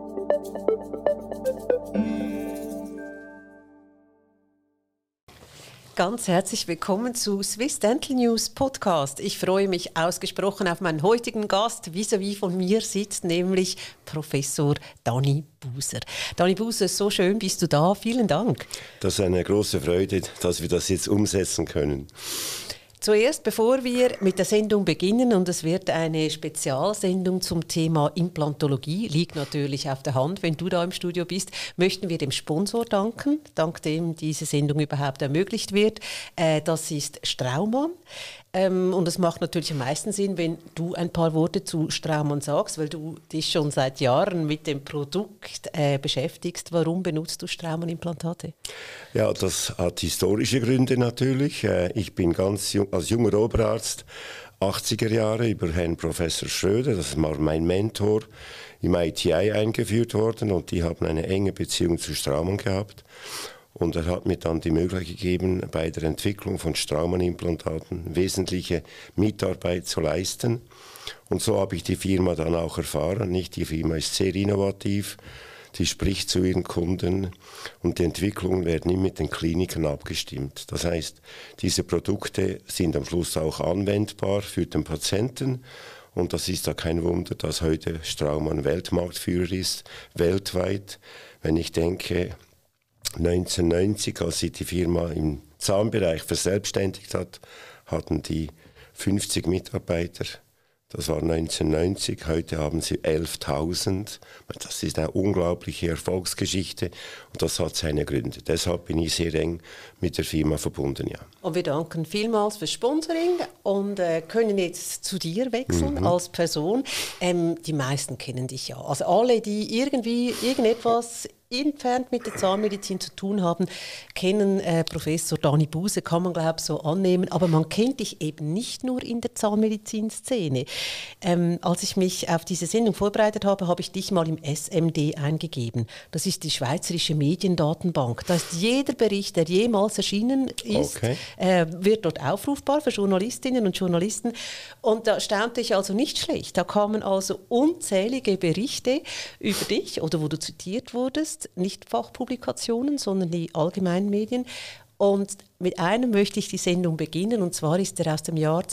Ganz herzlich willkommen zu Swiss Dental News Podcast. Ich freue mich ausgesprochen auf meinen heutigen Gast. Vis-à-vis von mir sitzt nämlich Professor Dani Buser. Dani Buser, so schön bist du da. Vielen Dank. Das ist eine große Freude, dass wir das jetzt umsetzen können. Zuerst, bevor wir mit der Sendung beginnen, und es wird eine Spezialsendung zum Thema Implantologie, liegt natürlich auf der Hand, wenn du da im Studio bist, möchten wir dem Sponsor danken, dank dem diese Sendung überhaupt ermöglicht wird. Das ist Straumann. Und es macht natürlich am meisten Sinn, wenn du ein paar Worte zu Straumann sagst, weil du dich schon seit Jahren mit dem Produkt beschäftigst. Warum benutzt du Straumann-Implantate? Ja, das hat historische Gründe natürlich. Ich bin ganz jung, als junger Oberarzt, 80er Jahre, über Herrn Professor Schröder, das war mein Mentor, im ITI eingeführt worden und die haben eine enge Beziehung zu Straumann gehabt. Und er hat mir dann die Möglichkeit gegeben, bei der Entwicklung von Straumann-Implantaten wesentliche Mitarbeit zu leisten. Und so habe ich die Firma dann auch erfahren. Die Firma ist sehr innovativ, die spricht zu ihren Kunden und die Entwicklungen werden immer mit den Kliniken abgestimmt. Das heißt, diese Produkte sind am Schluss auch anwendbar für den Patienten. Und das ist da kein Wunder, dass heute Straumann Weltmarktführer ist, weltweit. Wenn ich denke, 1990, als sich die Firma im Zahnbereich verselbstständigt hat, hatten die 50 Mitarbeiter. Das war 1990, heute haben sie 11.000. Das ist eine unglaubliche Erfolgsgeschichte und das hat seine Gründe. Deshalb bin ich sehr eng mit der Firma verbunden, ja. Und wir danken vielmals fürs Sponsoring und können jetzt zu dir wechseln als Person. Die meisten kennen dich ja. Also alle, die irgendetwas entfernt mit der Zahnmedizin zu tun haben, kennen Professor Dani Buser, kann man glaube ich so annehmen, aber man kennt dich eben nicht nur in der Zahnmedizinszene. Als ich mich auf diese Sendung vorbereitet habe, habe ich dich mal im SMD eingegeben. Das ist die Schweizerische Mediendatenbank. Da ist jeder Bericht, der jemals erschienen ist, wird dort aufrufbar für Journalistinnen und Journalisten. Und da staunte ich also nicht schlecht. Da kamen also unzählige Berichte über dich oder wo du zitiert wurdest, nicht Fachpublikationen, sondern die allgemeinen Medien. Und mit einem möchte ich die Sendung beginnen, und zwar ist er aus dem Jahr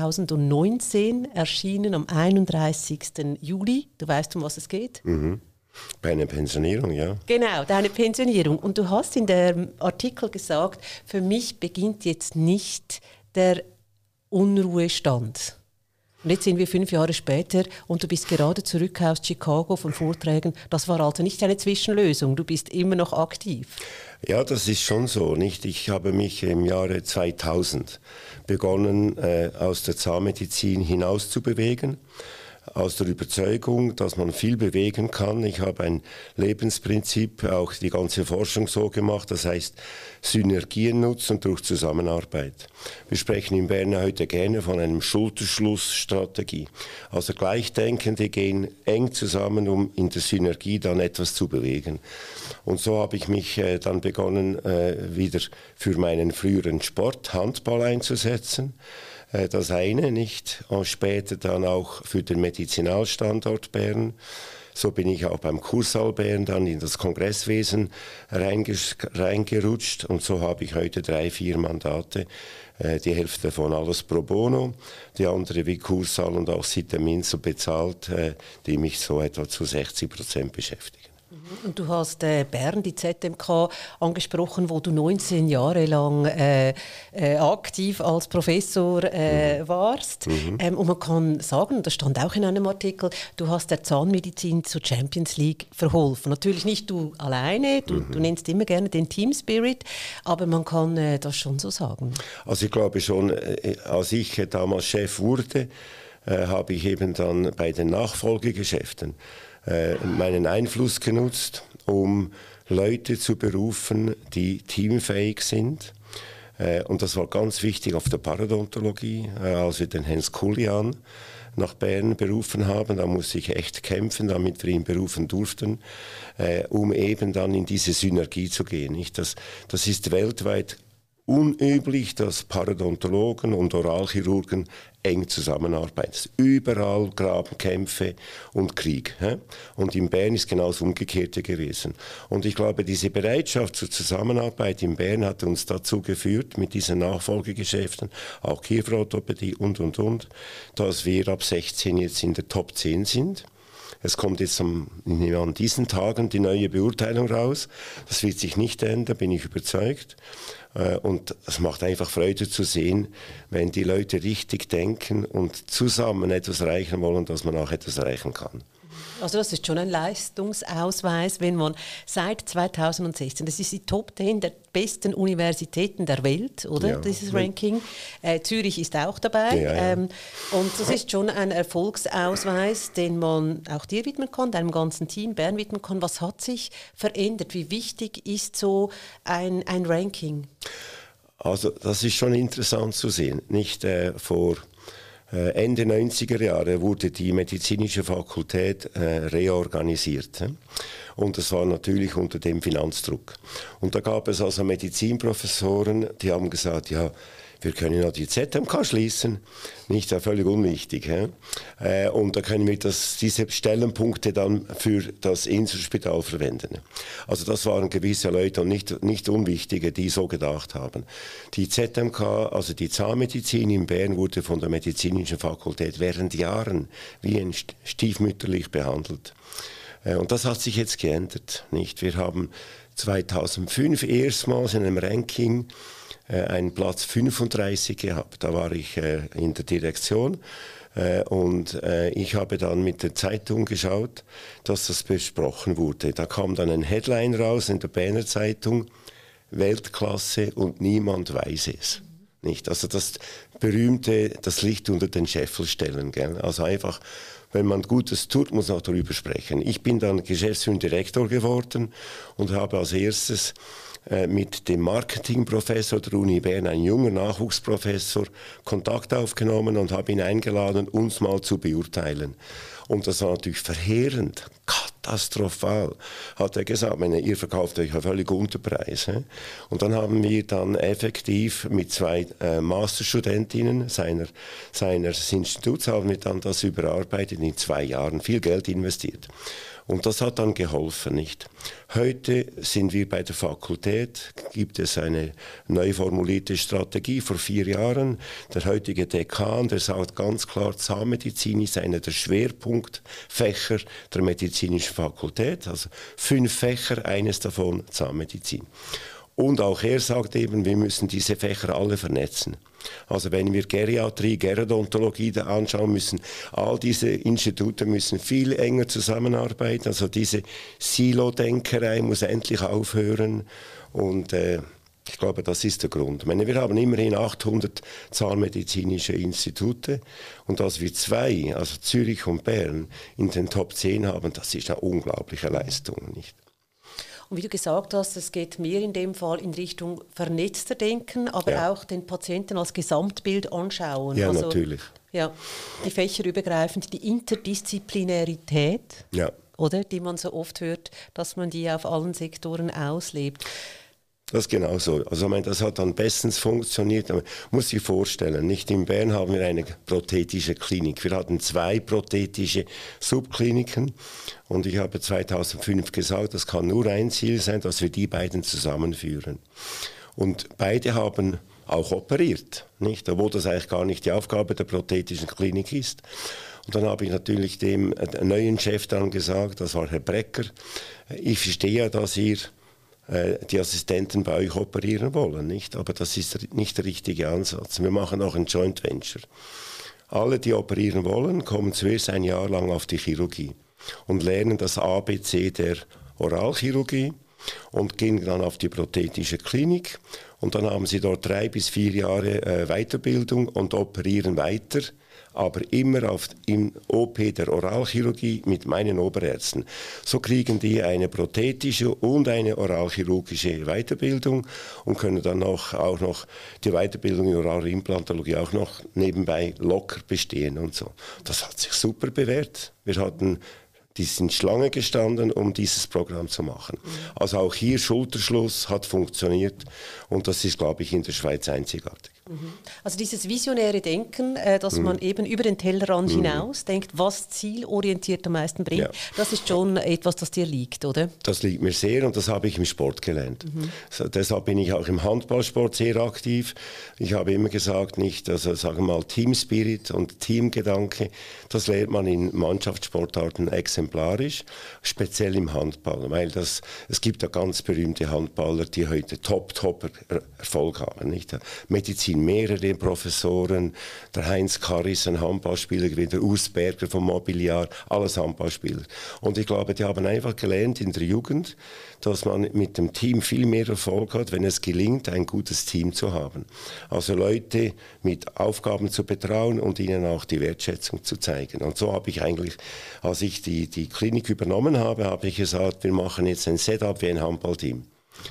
2019 erschienen, am 31. Juli. Du weißt, um was es geht? Bei einer Pensionierung, ja. Genau, deine Pensionierung. Und du hast in dem Artikel gesagt, für mich beginnt jetzt nicht der Unruhestand. Und jetzt sind wir 5 Jahre später und du bist gerade zurück aus Chicago von Vorträgen. Das war also nicht eine Zwischenlösung, du bist immer noch aktiv. Ja, das ist schon so, nicht? Ich habe mich im Jahre 2000 begonnen, aus der Zahnmedizin hinaus zu bewegen. Aus der Überzeugung, dass man viel bewegen kann. Ich habe ein Lebensprinzip, auch die ganze Forschung so gemacht, das heißt Synergien nutzen durch Zusammenarbeit. Wir sprechen in Bern heute gerne von einem Schulterschlussstrategie. Also Gleichdenkende gehen eng zusammen, um in der Synergie dann etwas zu bewegen. Und so habe ich mich dann begonnen, wieder für meinen früheren Sport, Handball, einzusetzen. Das eine nicht, und später dann auch für den Medizinalstandort Bern. So bin ich auch beim Kursaal Bern dann in das Kongresswesen reingerutscht und so habe ich heute 3-4 Mandate, die Hälfte davon alles pro bono, die andere wie Kursaal und auch Sitemins so bezahlt, die mich so etwa zu 60% beschäftigen. Und du hast Bern, die ZMK, angesprochen, wo du 19 Jahre lang aktiv als Professor warst. Und man kann sagen, und das stand auch in einem Artikel, du hast der Zahnmedizin zur Champions League verholfen. Natürlich nicht du alleine, du nennst immer gerne den Team Spirit, aber man kann das schon so sagen. Also ich glaube schon, als ich damals Chef wurde, habe ich eben dann bei den Nachfolgegeschäften meinen Einfluss genutzt, um Leute zu berufen, die teamfähig sind. Und das war ganz wichtig auf der Parodontologie, als wir den Herrn Skullian nach Bern berufen haben. Da musste ich echt kämpfen, damit wir ihn berufen durften, um eben dann in diese Synergie zu gehen. Das ist weltweit unüblich, dass Parodontologen und Oralchirurgen eng zusammenarbeiten. Überall Grabenkämpfe und Krieg. Und in Bern ist genau das Umgekehrte gewesen. Und ich glaube, diese Bereitschaft zur Zusammenarbeit in Bern hat uns dazu geführt, mit diesen Nachfolgegeschäften, auch Kieferorthopädie und, dass wir ab 16 jetzt in der Top 10 sind. Es kommt jetzt an diesen Tagen die neue Beurteilung raus. Das wird sich nicht ändern, bin ich überzeugt. Und es macht einfach Freude zu sehen, wenn die Leute richtig denken und zusammen etwas erreichen wollen, dass man auch etwas erreichen kann. Also das ist schon ein Leistungsausweis, wenn man seit 2016, das ist die Top 10 der besten Universitäten der Welt, oder? Ja. Dieses Ranking. Zürich ist auch dabei. Ja. Und das ist schon ein Erfolgsausweis, den man auch dir widmen kann, deinem ganzen Team, Bern widmen kann. Was hat sich verändert? Wie wichtig ist so ein Ranking? Also das ist schon interessant zu sehen. Nicht vor Ende 90er Jahre wurde die medizinische Fakultät reorganisiert. Und das war natürlich unter dem Finanzdruck. Und da gab es also Medizinprofessoren, die haben gesagt, ja, wir können ja die ZMK schließen, nicht ja völlig unwichtig. Und da können wir diese Stellenpunkte dann für das Inselspital verwenden. Also das waren gewisse Leute und nicht unwichtige, die so gedacht haben. Die ZMK, also die Zahnmedizin in Bern, wurde von der medizinischen Fakultät während Jahren wie stiefmütterlich behandelt. Und das hat sich jetzt geändert. Nicht? Wir haben 2005 erstmals in einem Ranking einen Platz 35 gehabt. Da war ich in der Direktion und ich habe dann mit der Zeitung geschaut, dass das besprochen wurde. Da kam dann ein Headline raus in der Berner Zeitung, Weltklasse und niemand weiß es. Nicht? Also das berühmte, das Licht unter den Scheffel stellen. Gell? Also einfach, wenn man Gutes tut, muss man auch darüber sprechen. Ich bin dann geschäftsführender Direktor geworden und habe als erstes mit dem Marketingprofessor der Uni Bern, ein junger Nachwuchsprofessor, Kontakt aufgenommen und habe ihn eingeladen, uns mal zu beurteilen. Und das war natürlich verheerend, katastrophal, hat er gesagt. Ihr verkauft euch ja völlig unter Preis. Und dann haben wir dann effektiv mit 2 Masterstudentinnen seines Instituts haben wir dann das überarbeitet in 2 Jahren, viel Geld investiert. Und das hat dann geholfen, nicht? Heute sind wir bei der Fakultät, gibt es eine neu formulierte Strategie vor 4 Jahren. Der heutige Dekan, der sagt ganz klar, Zahnmedizin ist einer der Schwerpunktfächer der medizinischen Fakultät. Also 5 Fächer, eines davon Zahnmedizin. Und auch er sagt eben, wir müssen diese Fächer alle vernetzen. Also wenn wir Geriatrie, Gerodontologie anschauen müssen, all diese Institute müssen viel enger zusammenarbeiten. Also diese Silo-Denkerei muss endlich aufhören. Und ich glaube, das ist der Grund. Ich meine, wir haben immerhin 800 zahnmedizinische Institute. Und dass wir 2, also Zürich und Bern, in den Top 10 haben, das ist eine unglaubliche Leistung, nicht? Und wie du gesagt hast, es geht mehr in dem Fall in Richtung vernetzter Denken, aber auch den Patienten als Gesamtbild anschauen. Ja, also, natürlich. Ja, die fächerübergreifend, die Interdisziplinarität, oder, die man so oft hört, dass man die auf allen Sektoren auslebt. Das ist genau so. Also, ich meine, das hat dann bestens funktioniert. Man muss sich vorstellen, nicht in Bern haben wir eine prothetische Klinik. Wir hatten 2 prothetische Subkliniken. Und ich habe 2005 gesagt, das kann nur ein Ziel sein, dass wir die beiden zusammenführen. Und beide haben auch operiert, nicht? Obwohl das eigentlich gar nicht die Aufgabe der prothetischen Klinik ist. Und dann habe ich natürlich dem neuen Chef dann gesagt, das war Herr Brecker, ich verstehe ja, dass ihr die Assistenten bei euch operieren wollen, nicht? Aber das ist nicht der richtige Ansatz. Wir machen auch ein Joint Venture. Alle, die operieren wollen, kommen zuerst ein Jahr lang auf die Chirurgie und lernen das ABC der Oralchirurgie und gehen dann auf die prothetische Klinik und dann haben sie dort 3 bis 4 Jahre Weiterbildung und operieren weiter, aber immer im OP der Oralchirurgie mit meinen Oberärzten. So kriegen die eine prothetische und eine oralchirurgische Weiterbildung und können dann auch noch die Weiterbildung in Oralimplantologie auch noch nebenbei locker bestehen und so. Das hat sich super bewährt. Wir hatten Die sind Schlange gestanden, um dieses Programm zu machen. Also auch hier Schulterschluss hat funktioniert und das ist, glaube ich, in der Schweiz einzigartig. Also dieses visionäre Denken, dass man eben über den Tellerrand hinaus denkt, was zielorientiert am meisten bringt, das ist schon etwas, das dir liegt, oder? Das liegt mir sehr und das habe ich im Sport gelernt. So, deshalb bin ich auch im Handballsport sehr aktiv. Ich habe immer gesagt, also sagen wir mal Teamspirit und Teamgedanke, das lernt man in Mannschaftssportarten exemplarisch, speziell im Handball, weil es gibt ja ganz berühmte Handballer, die heute Top-Erfolg haben, nicht? Medizin, mehrere Professoren, der Heinz Karris, ein Handballspieler, wie der Urs Berger vom Mobiliar, alles Handballspieler. Und ich glaube, die haben einfach gelernt in der Jugend, dass man mit dem Team viel mehr Erfolg hat, wenn es gelingt, ein gutes Team zu haben. Also Leute mit Aufgaben zu betrauen und ihnen auch die Wertschätzung zu zeigen. Und so habe ich eigentlich, als ich die Klinik übernommen habe, habe ich gesagt, wir machen jetzt ein Setup wie ein Handballteam.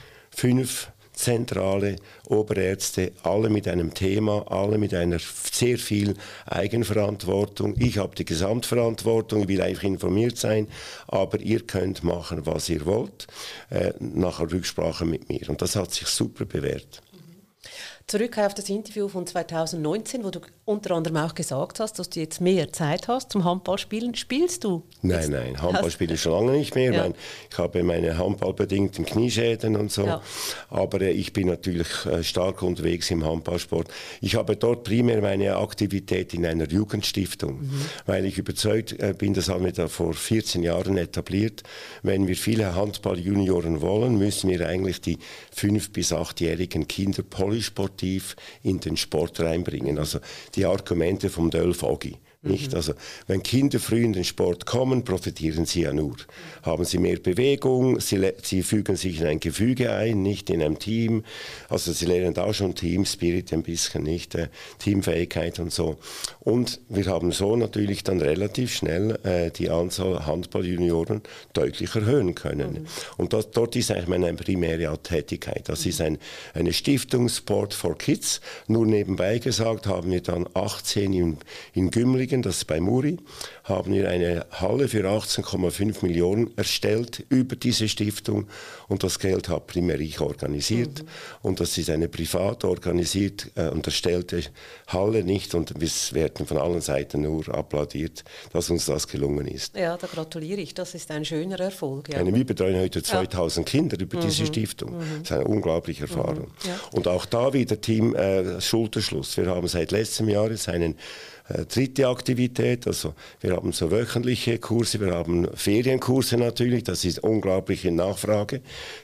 5 zentrale Oberärzte, alle mit einem Thema, alle mit einer sehr viel Eigenverantwortung. Ich habe die Gesamtverantwortung, ich will einfach informiert sein, aber ihr könnt machen, was ihr wollt, nach Rücksprache mit mir. Und das hat sich super bewährt. Zurück auf das Interview von 2019, wo du unter anderem auch gesagt hast, dass du jetzt mehr Zeit hast zum Handballspielen. Spielst du? Nein, Handball spiele ich schon lange nicht mehr. Ja. Ich habe meine handballbedingten Knieschäden und so. Ja. Aber ich bin natürlich stark unterwegs im Handballsport. Ich habe dort primär meine Aktivität in einer Jugendstiftung, weil ich überzeugt bin, das haben wir da vor 14 Jahren etabliert. Wenn wir viele Handballjunioren wollen, müssen wir eigentlich die 5- bis 8-jährigen Kinder polysportiv in den Sport reinbringen. Also die Argumente vom Dölf Ogi. Nicht? Also, wenn Kinder früh in den Sport kommen, profitieren sie ja nur. Haben sie mehr Bewegung, sie fügen sich in ein Gefüge ein, nicht in einem Team. Also sie lernen da schon Teamspirit ein bisschen, nicht? Teamfähigkeit und so. Und wir haben so natürlich dann relativ schnell die Anzahl Handballjunioren deutlich erhöhen können. Und dort ist eigentlich meine primäre Tätigkeit. Das ist eine Stiftung Sport for Kids. Nur nebenbei gesagt haben wir dann 18 in Gümligen, das ist bei Muri, haben wir eine Halle für 18,5 Millionen erstellt über diese Stiftung und das Geld hat primär ich organisiert und das ist eine privat organisiert und erstellte Halle nicht und wir werden von allen Seiten nur applaudiert, dass uns das gelungen ist. Ja, da gratuliere ich, das ist ein schöner Erfolg. Ja. Wir betreuen heute 2000 Kinder über diese Stiftung. Das ist eine unglaubliche Erfahrung. Ja. Und auch da wieder Team Schulterschluss. Wir haben seit letztem Jahr jetzt einen dritte Aktivität, also wir haben so wöchentliche Kurse, wir haben Ferienkurse natürlich, das ist unglaubliche Nachfrage.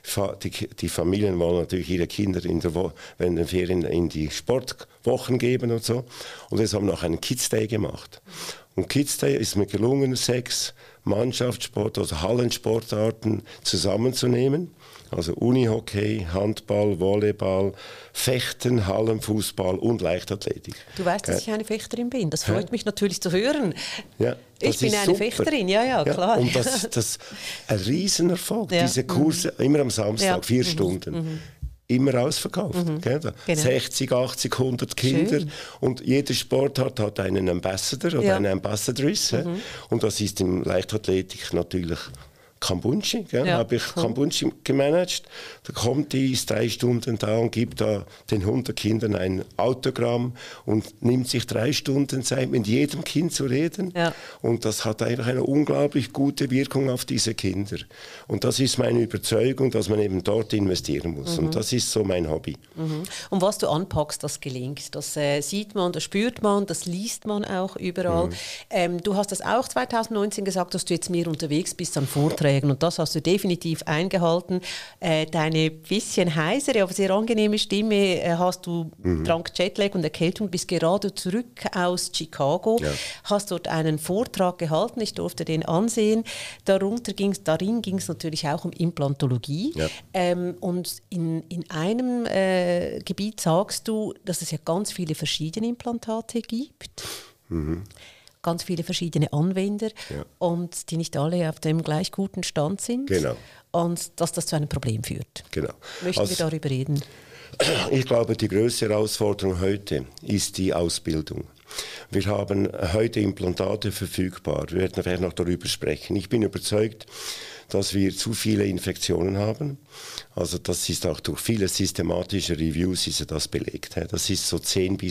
Die Familien wollen natürlich ihre Kinder während den Ferien in die Sportwochen geben und so. Und jetzt haben wir noch einen Kids Day gemacht. Und Kids Day ist mir gelungen, 6 Mannschaftssport, also Hallensportarten zusammenzunehmen. Also Unihockey, Handball, Volleyball, Fechten, Hallenfußball und Leichtathletik. Du weißt, dass ich eine Fechterin bin. Das freut mich natürlich zu hören. Ja, ich bin eine Fechterin, ja, klar. Und das ist ein Riesenerfolg. Ja. Diese Kurse, immer am Samstag, 4 Stunden. Immer ausverkauft. Genau. 60, 80, 100 Kinder. Schön. Und jeder Sportart hat einen Ambassador oder eine Ambassadress. Und das ist in Leichtathletik natürlich Kambunchi, habe ich Kambunchi gemanagt. Da kommt die, ist 3 Stunden da und gibt da den 100 Kindern ein Autogramm und nimmt sich 3 Stunden Zeit, mit jedem Kind zu reden. Ja. Und das hat einfach eine unglaublich gute Wirkung auf diese Kinder. Und das ist meine Überzeugung, dass man eben dort investieren muss. Und das ist so mein Hobby. Und was du anpackst, das gelingt. Das sieht man, das spürt man, das liest man auch überall. Du hast das auch 2019 gesagt, dass du jetzt mehr unterwegs bist an Vorträgen. Und das hast du definitiv eingehalten. Deine bisschen heisere, aber sehr angenehme Stimme hast du dank Jetlag und Erkältung bis gerade zurück aus Chicago. Ja. Hast dort einen Vortrag gehalten, ich durfte den ansehen. Darin ging es natürlich auch um Implantologie. Ja. Und in einem Gebiet sagst du, dass es ja ganz viele verschiedene Implantate gibt. Ganz viele verschiedene Anwender und die nicht alle auf dem gleich guten Stand sind. Genau. Und dass das zu einem Problem führt. Genau. Möchten wir darüber reden? Ich glaube, die größte Herausforderung heute ist die Ausbildung. Wir haben heute Implantate verfügbar. Wir werden nachher noch darüber sprechen. Ich bin überzeugt, dass wir zu viele Infektionen haben. Also das ist auch durch viele systematische Reviews ist das belegt. Das ist so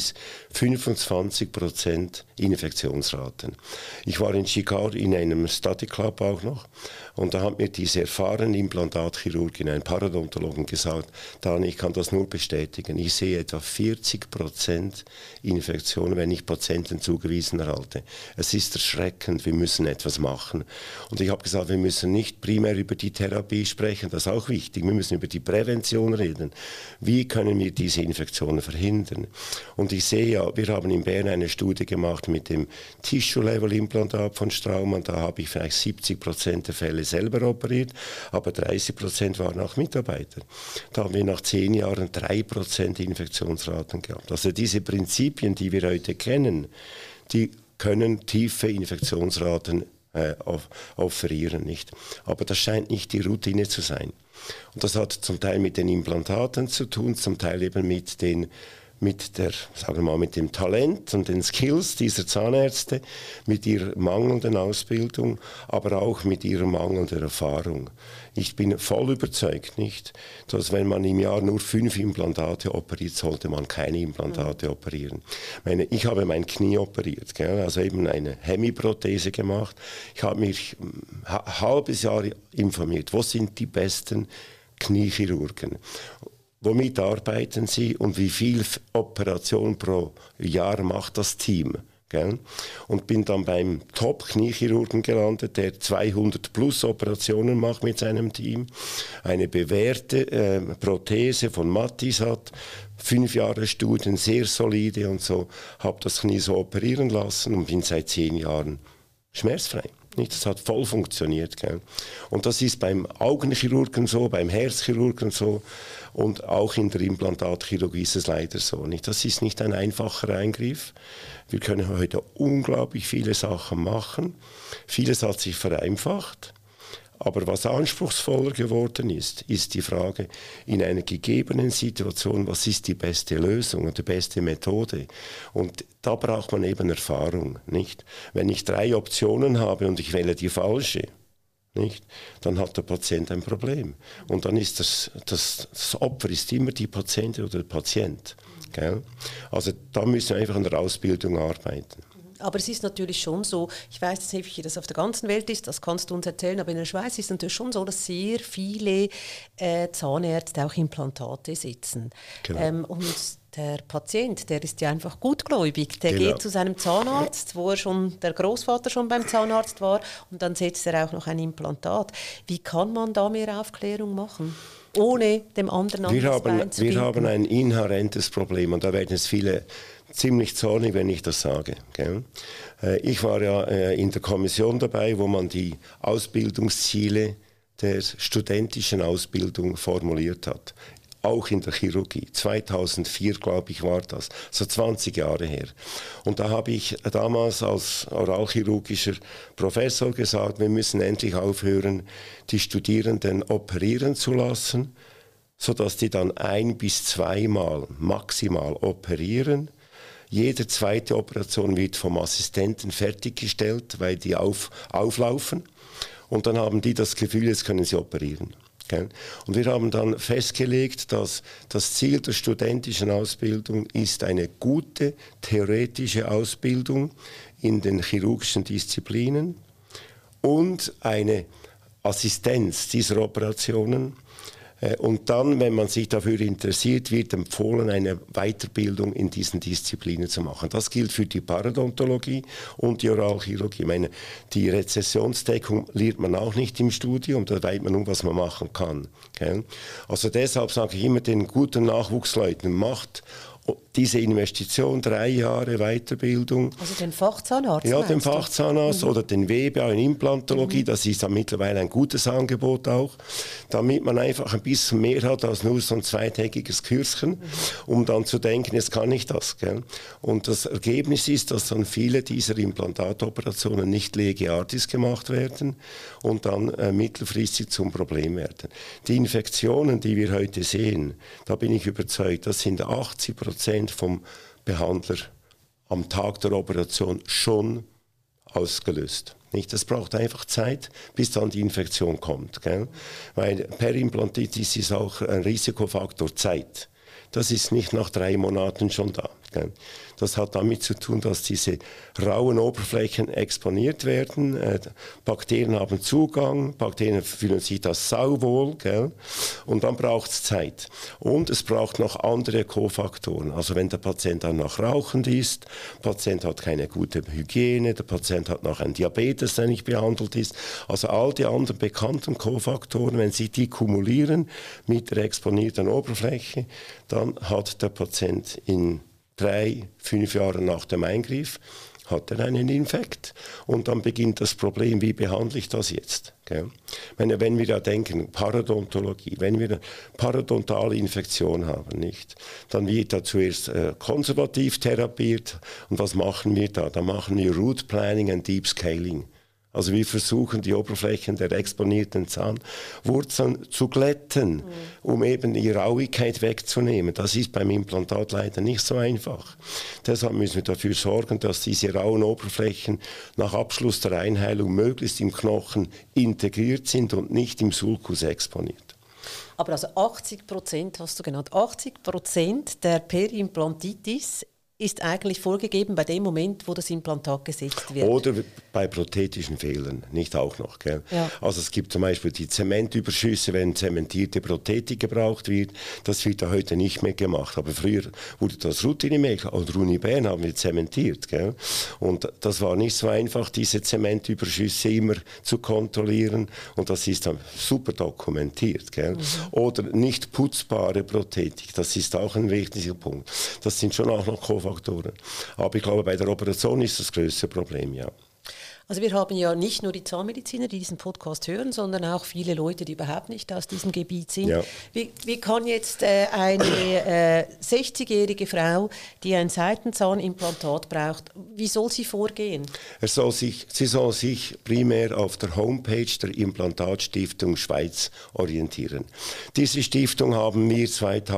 10-25% Infektionsraten. Ich war in Chicago in einem Study Club auch noch und da hat mir diese erfahrene Implantatchirurgin, ein Parodontologen, gesagt, Dan, ich kann das nur bestätigen. Ich sehe etwa 40% Infektionen, wenn ich Patienten zugewiesen erhalte. Es ist erschreckend, wir müssen etwas machen. Und ich habe gesagt, wir müssen nicht primär über die Therapie sprechen, das ist auch wichtig. Wir müssen über die Prävention reden. Wie können wir diese Infektionen verhindern? Und ich sehe ja, wir haben in Bern eine Studie gemacht mit dem Tissue-Level-Implantat von Straumann. Da habe ich vielleicht 70% der Fälle selber operiert, aber 30% waren auch Mitarbeiter. Da haben wir nach 10 Jahren 3% Infektionsraten gehabt. Also diese Prinzipien, die wir heute kennen, die können tiefe Infektionsraten offerieren, nicht? Aber das scheint nicht die Routine zu sein. Und das hat zum Teil mit den Implantaten zu tun, zum Teil eben mit dem Talent und den Skills dieser Zahnärzte, mit ihrer mangelnden Ausbildung, aber auch mit ihrer mangelnden Erfahrung. Ich bin voll überzeugt, nicht, dass wenn man im Jahr nur 5 Implantate operiert, sollte man keine Implantate operieren. Ich habe mein Knie operiert, also eben eine Hemiprothese gemacht. Ich habe mich ein halbes Jahr informiert, wo sind die besten Kniechirurgen. Womit arbeiten Sie und wie viel Operation pro Jahr macht das Team? Gell? Und bin dann beim Top-Kniechirurgen gelandet, der 200 plus Operationen macht mit seinem Team, eine bewährte Prothese von Mattis hat, 5 Jahre Studien, sehr solide und so, habe das Knie so operieren lassen und bin seit 10 Jahren schmerzfrei. Das hat voll funktioniert. Gell? Und das ist beim Augenchirurgen so, beim Herzchirurgen so und auch in der Implantatchirurgie ist es leider so. Nicht? Das ist nicht ein einfacher Eingriff. Wir können heute unglaublich viele Sachen machen. Vieles hat sich vereinfacht. Aber was anspruchsvoller geworden ist, ist die Frage, in einer gegebenen Situation, was ist die beste Lösung und die beste Methode? Und da braucht man eben Erfahrung, nicht? Wenn ich 3 Optionen habe und ich wähle die falsche, nicht? Dann hat der Patient ein Problem. Und dann ist das Opfer ist immer die Patientin oder der Patient. Gell? Also da müssen wir einfach an der Ausbildung arbeiten. Aber es ist natürlich schon so, ich weiß nicht, wie das auf der ganzen Welt ist, das kannst du uns erzählen, aber in der Schweiz ist es natürlich schon so, dass sehr viele Zahnärzte auch Implantate setzen. Genau. Und der Patient, der ist ja einfach gutgläubig, der geht zu seinem Zahnarzt, wo der Großvater schon beim Zahnarzt war und dann setzt er auch noch ein Implantat. Wie kann man da mehr Aufklärung machen? Ohne dem anderen anderes Bein zu bieten. Wir haben ein inhärentes Problem und da werden es viele ziemlich zornig, wenn ich das sage. Gell? Ich war ja in der Kommission dabei, wo man die Ausbildungsziele der studentischen Ausbildung formuliert hat. Auch in der Chirurgie. 2004, glaube ich, war das. So 20 Jahre her. Und da habe ich damals als oralchirurgischer Professor gesagt, wir müssen endlich aufhören, die Studierenden operieren zu lassen, sodass die dann 1- bis 2 Mal maximal operieren. Jede zweite Operation wird vom Assistenten fertiggestellt, weil die auflaufen. Und dann haben die das Gefühl, jetzt können sie operieren. Und wir haben dann festgelegt, dass das Ziel der studentischen Ausbildung ist eine gute theoretische Ausbildung in den chirurgischen Disziplinen und eine Assistenz dieser Operationen. Und dann, wenn man sich dafür interessiert, wird empfohlen, eine Weiterbildung in diesen Disziplinen zu machen. Das gilt für die Parodontologie und die Oralchirurgie. Ich meine, die Rezessionsdeckung lernt man auch nicht im Studium, da weiß man nur, was man machen kann. Okay? Also deshalb sage ich immer den guten Nachwuchsleuten, macht diese Investition, 3 Jahre Weiterbildung. Also den Fachzahnarzt? Ja, den Fachzahnarzt oder den WBA in Implantologie, das ist dann mittlerweile ein gutes Angebot auch, damit man einfach ein bisschen mehr hat als nur so ein 2-tägiges Kürschen, um dann zu denken, jetzt kann ich das. Gell? Und das Ergebnis ist, dass dann viele dieser Implantatoperationen nicht lege artis gemacht werden und dann mittelfristig zum Problem werden. Die Infektionen, die wir heute sehen, da bin ich überzeugt, das sind 80% vom Behandler am Tag der Operation schon ausgelöst. Nicht? Das braucht einfach Zeit, bis dann die Infektion kommt. Gell? Weil Periimplantitis ist auch ein Risikofaktor Zeit. Das ist nicht nach 3 Monaten schon da. Gell? Das hat damit zu tun, dass diese rauen Oberflächen exponiert werden. Bakterien haben Zugang, Bakterien fühlen sich das sauwohl. Gell? Und dann braucht es Zeit. Und es braucht noch andere Kofaktoren. Also wenn der Patient dann noch rauchend ist, der Patient hat keine gute Hygiene, der Patient hat noch einen Diabetes, der nicht behandelt ist. Also all die anderen bekannten Kofaktoren, wenn sie die kumulieren mit der exponierten Oberfläche, dann hat der Patient in 3-5 Jahren nach dem Eingriff hat er einen Infekt und dann beginnt das Problem, wie behandle ich das jetzt? Gell? Wenn wir da denken, Parodontologie, wenn wir eine parodontale Infektion haben, nicht, dann wird da zuerst konservativ therapiert und was machen wir da? Da machen wir Root Planning und Deep Scaling. Also wir versuchen, die Oberflächen der exponierten Zahnwurzeln zu glätten, um eben die Rauigkeit wegzunehmen. Das ist beim Implantat leider nicht so einfach. Deshalb müssen wir dafür sorgen, dass diese rauen Oberflächen nach Abschluss der Einheilung möglichst im Knochen integriert sind und nicht im Sulcus exponiert. Aber also 80%, hast du genannt, 80% der Periimplantitis ist eigentlich vorgegeben bei dem Moment, wo das Implantat gesetzt wird. Oder bei prothetischen Fehlern, nicht auch noch. Gell? Ja. Also es gibt zum Beispiel die Zementüberschüsse, wenn zementierte Prothetik gebraucht wird. Das wird ja heute nicht mehr gemacht. Aber früher wurde das routinemäßig. Und Uni Bern haben wir zementiert. Gell? Und das war nicht so einfach, diese Zementüberschüsse immer zu kontrollieren. Und das ist dann super dokumentiert. Gell? Oder nicht putzbare Prothetik. Das ist auch ein wichtiger Punkt. Das sind schon auch noch Kofaktoren. Aber ich glaube, bei der Operation ist das größte Problem, ja. Also wir haben ja nicht nur die Zahnmediziner, die diesen Podcast hören, sondern auch viele Leute, die überhaupt nicht aus diesem Gebiet sind. Ja. Wie kann jetzt eine 60-jährige Frau, die ein Seitenzahnimplantat braucht, wie soll sie vorgehen? Sie soll sich primär auf der Homepage der Implantatstiftung Schweiz orientieren. Diese Stiftung haben wir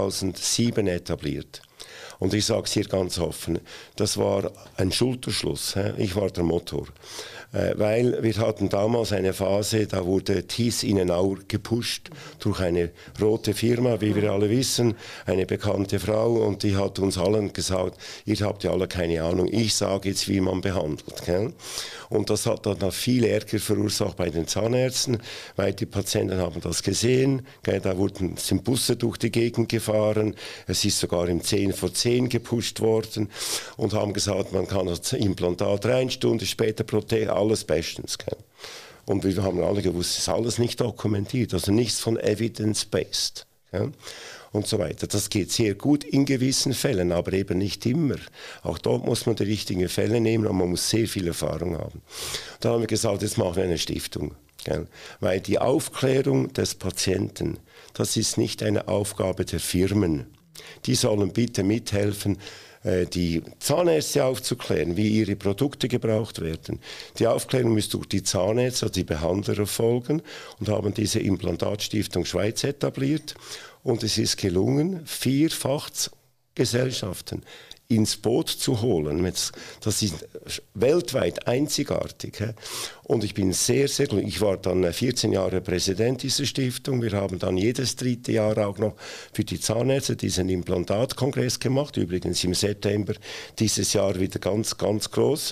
2007 etabliert. Und ich sage es hier ganz offen, das war ein Schulterschluss. Ich war der Motor. Weil wir hatten damals eine Phase, da wurde Teeth in an Hour gepusht durch eine rote Firma, wie wir alle wissen, eine bekannte Frau, und die hat uns allen gesagt, ihr habt ja alle keine Ahnung, ich sage jetzt, wie man behandelt. Gell? Und das hat dann viel Ärger verursacht bei den Zahnärzten, weil die Patienten haben das gesehen, gell? Da sind Busse durch die Gegend gefahren, es ist sogar im 10 vor 10 gepusht worden und haben gesagt, man kann das Implantat rein, Stunde später Prothese, alles bestens. Gell? Und wir haben alle gewusst, es ist alles nicht dokumentiert, also nichts von evidence-based. Gell? Und so weiter. Das geht sehr gut in gewissen Fällen, aber eben nicht immer. Auch dort muss man die richtigen Fälle nehmen und man muss sehr viel Erfahrung haben. Da haben wir gesagt, jetzt machen wir eine Stiftung. Gell? Weil die Aufklärung des Patienten, das ist nicht eine Aufgabe der Firmen. Die sollen bitte mithelfen, die Zahnärzte aufzuklären, wie ihre Produkte gebraucht werden. Die Aufklärung muss durch die Zahnärzte, also die Behandler, erfolgen und haben diese Implantatstiftung Schweiz etabliert. Und es ist gelungen, 4 Fachgesellschaften ins Boot zu holen. Das ist weltweit einzigartig. Und ich bin sehr, sehr glücklich. Ich war dann 14 Jahre Präsident dieser Stiftung. Wir haben dann jedes 3. Jahr auch noch für die Zahnärzte diesen Implantatkongress gemacht. Übrigens im September dieses Jahr wieder ganz, ganz groß.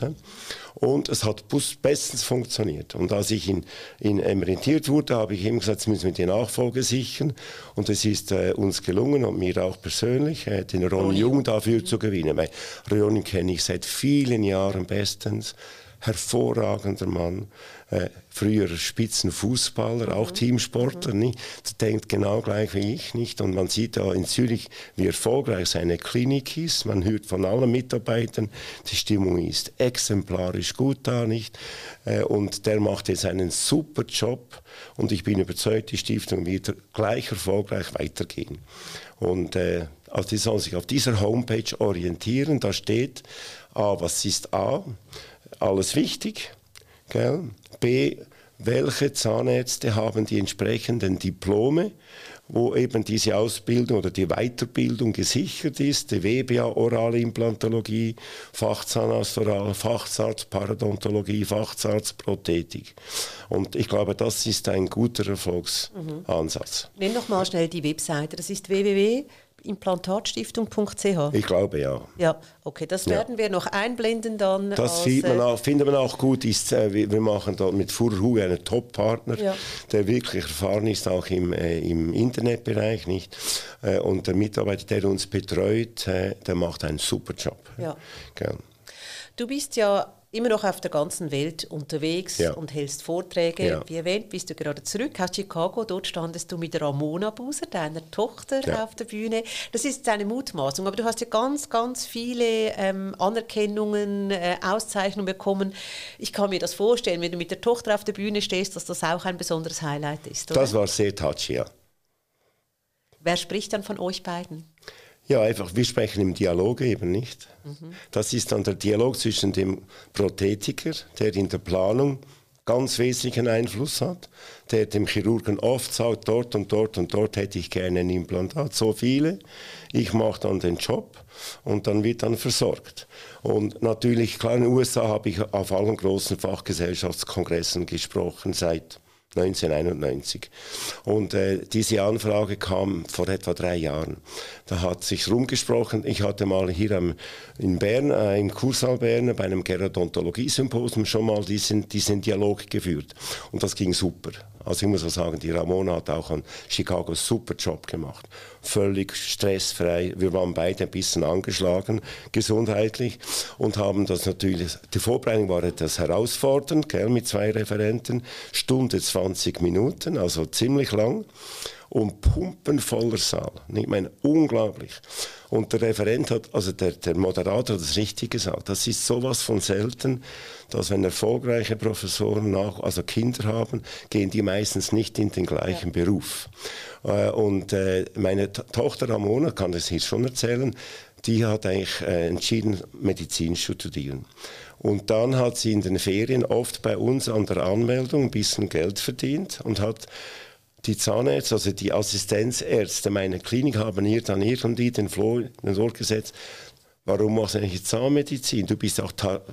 Und es hat bestens funktioniert. Und als ich emeritiert wurde, habe ich ihm gesagt, jetzt müssen wir die Nachfolge sichern. Und es ist uns gelungen und mir auch persönlich, den Ronny Jung dafür zu gewinnen. Weil Ronny kenne ich seit vielen Jahren bestens. Hervorragender Mann, früher Spitzenfußballer, auch Teamsportler, nicht? Der denkt genau gleich wie ich, nicht? Und man sieht da in Zürich, wie erfolgreich seine Klinik ist. Man hört von allen Mitarbeitern, die Stimmung ist exemplarisch gut da, nicht? Und der macht jetzt einen super Job und ich bin überzeugt, die Stiftung wird gleich erfolgreich weitergehen. Und also die sollen sich auf dieser Homepage orientieren. Da steht, was ist A? Alles wichtig. Gell? B, welche Zahnärzte haben die entsprechenden Diplome, wo eben diese Ausbildung oder die Weiterbildung gesichert ist, die WBA Orale Implantologie, Fachzahnarzt Oral, Facharzt Parodontologie, Facharzt Prothetik. Und ich glaube, das ist ein guter Erfolgsansatz. Nenn noch mal schnell die Webseite, das ist www.implantatstiftung.ch. Ich glaube, ja. Ja, okay, das werden wir noch einblenden dann. Das findet man auch gut. Wir machen da mit Furhu einen Top-Partner, der wirklich erfahren ist, auch im Internetbereich. Nicht? Und der Mitarbeiter, der uns betreut, der macht einen super Job. Ja. Gell. Du bist ja immer noch auf der ganzen Welt unterwegs und hältst Vorträge. Ja. Wie erwähnt, bist du gerade zurück aus Chicago. Dort standest du mit Ramona Buser, deiner Tochter, auf der Bühne. Das ist deine Mutmaßung, aber du hast ja ganz, ganz viele Anerkennungen, Auszeichnungen bekommen. Ich kann mir das vorstellen, wenn du mit der Tochter auf der Bühne stehst, dass das auch ein besonderes Highlight ist, oder? Das war sehr touchy, ja. Wer spricht dann von euch beiden? Ja, einfach, wir sprechen im Dialog eben nicht. Das ist dann der Dialog zwischen dem Prothetiker, der in der Planung ganz wesentlichen Einfluss hat, der dem Chirurgen oft sagt, dort und dort und dort hätte ich gerne ein Implantat, so viele. Ich mache dann den Job und dann wird dann versorgt. Und natürlich, klar, in den USA habe ich auf allen großen Fachgesellschaftskongressen gesprochen seit 1991. Und diese Anfrage kam vor etwa 3 Jahren. Da hat sich rumgesprochen, ich hatte mal hier in Bern, im Kursaal Bern, bei einem Gerodontologie-Symposium schon mal diesen Dialog geführt. Und das ging super. Also ich muss auch sagen, die Ramona hat auch an Chicago einen super Job gemacht. Völlig stressfrei. Wir waren beide ein bisschen angeschlagen, gesundheitlich, und haben das natürlich, die Vorbereitung war etwas herausfordernd, gell, mit 2 Referenten, Stunde 20 Minuten, also ziemlich lang. Und pumpenvoller Saal. Ich meine, unglaublich. Und der Referent hat, also der Moderator hat das richtig gesagt. Das ist sowas von selten, dass wenn erfolgreiche Professoren also Kinder haben, gehen die meistens nicht in den gleichen Beruf. Und meine Tochter Ramona, kann das hier schon erzählen, die hat eigentlich entschieden, Medizin zu studieren. Und dann hat sie in den Ferien oft bei uns an der Anmeldung ein bisschen Geld verdient und hat die Zahnärzte, also die Assistenzärzte meiner Klinik, haben ihr dann irgendwie den Floh in den Ohr gesetzt: Warum machst du eigentlich Zahnmedizin? Du bist auch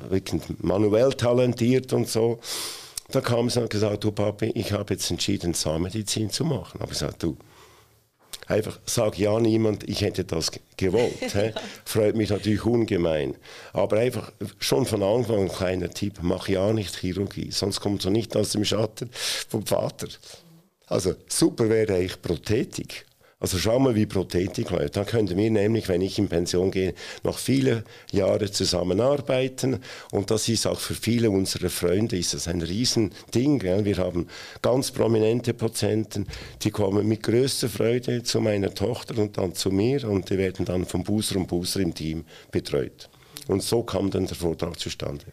manuell talentiert und so. Da kam sie und gesagt: Du Papi, ich habe jetzt entschieden, Zahnmedizin zu machen. Aber ich gesagt: Du, einfach sag ja niemand, ich hätte das gewollt. Freut mich natürlich ungemein. Aber einfach schon von Anfang an ein kleiner Tipp: Mach ja nicht Chirurgie, sonst kommst du nicht aus dem Schatten vom Vater. Also super wäre eigentlich Prothetik. Also schau mal, wie Prothetik läuft. Dann könnten wir nämlich, wenn ich in Pension gehe, noch viele Jahre zusammenarbeiten. Und das ist auch für viele unserer Freunde ist das ein Riesending. Gell? Wir haben ganz prominente Patienten, die kommen mit größter Freude zu meiner Tochter und dann zu mir, und die werden dann vom Buser und Buser im Team betreut. Und so kam dann der Vortrag zustande.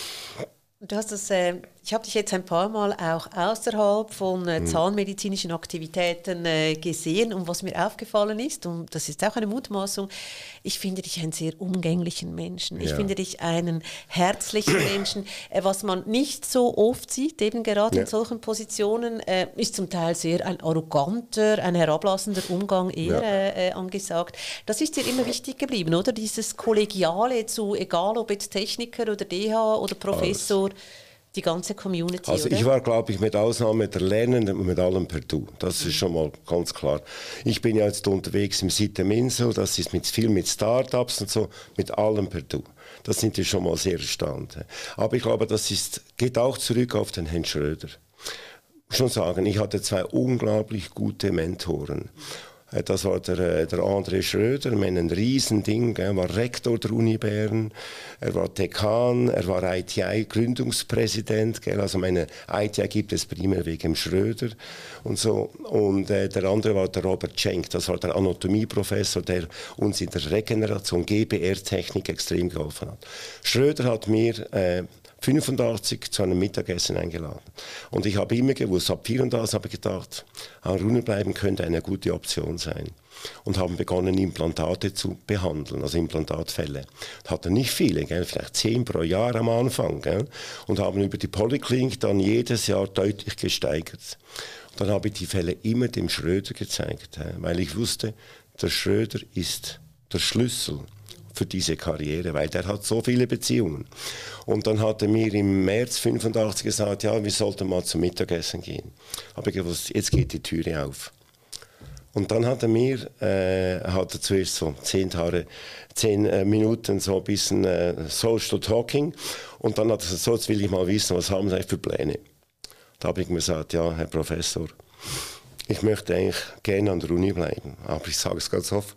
Du hast das, ich habe dich jetzt ein paar Mal auch außerhalb von zahnmedizinischen Aktivitäten gesehen, und was mir aufgefallen ist, und das ist auch eine Mutmaßung, ich finde dich einen sehr umgänglichen Menschen. Ich finde dich einen herzlichen Menschen. Was man nicht so oft sieht, eben gerade in solchen Positionen, ist zum Teil sehr ein arroganter, ein herablassender Umgang eher angesagt. Das ist dir immer wichtig geblieben, oder? Dieses Kollegiale zu, egal ob jetzt Techniker oder DH oder Professor, die ganze Community, also oder? Ich war, glaube ich, mit Ausnahme der Lernenden mit allem per Du. Das ist schon mal ganz klar. Ich bin ja jetzt unterwegs im Sitem-Insel, das ist viel mit Start-ups und so, mit allem per Du. Das sind wir schon mal sehr erstaunt. Aber ich glaube, geht auch zurück auf den Herrn Schröder. Ich muss schon sagen, ich hatte 2 unglaublich gute Mentoren. Das war der André Schröder, ein Riesending. Er war Rektor der Uni Bern, er war Dekan, er war ITI-Gründungspräsident. Also meine ITI gibt es primär wegen Schröder und so. Und der andere war der Robert Schenk, das war der Anatomieprofessor, der uns in der Regeneration GBR-Technik extrem geholfen hat. Schröder hat mir 85 zu einem Mittagessen eingeladen. Und ich habe immer gewusst, ab 34 habe ich gedacht, am Runner bleiben könnte eine gute Option sein. Und haben begonnen, Implantate zu behandeln, also Implantatfälle. Hatten nicht viele, gell? Vielleicht 10 pro Jahr am Anfang. Gell? Und haben über die Polyklinik dann jedes Jahr deutlich gesteigert. Und dann habe ich die Fälle immer dem Schröder gezeigt, weil ich wusste, der Schröder ist der Schlüssel für diese Karriere, weil der hat so viele Beziehungen. Und dann hat er mir im März 85 gesagt, ja, wir sollten mal zum Mittagessen gehen. Habe ich gewusst, jetzt geht die Türe auf. Und dann hat er zuerst so 10 Minuten so ein bisschen Social Talking. Und dann hat er gesagt, so, jetzt will ich mal wissen, was haben Sie eigentlich für Pläne? Da habe ich mir gesagt, ja, Herr Professor, ich möchte eigentlich gerne an der Uni bleiben. Aber ich sage es ganz offen,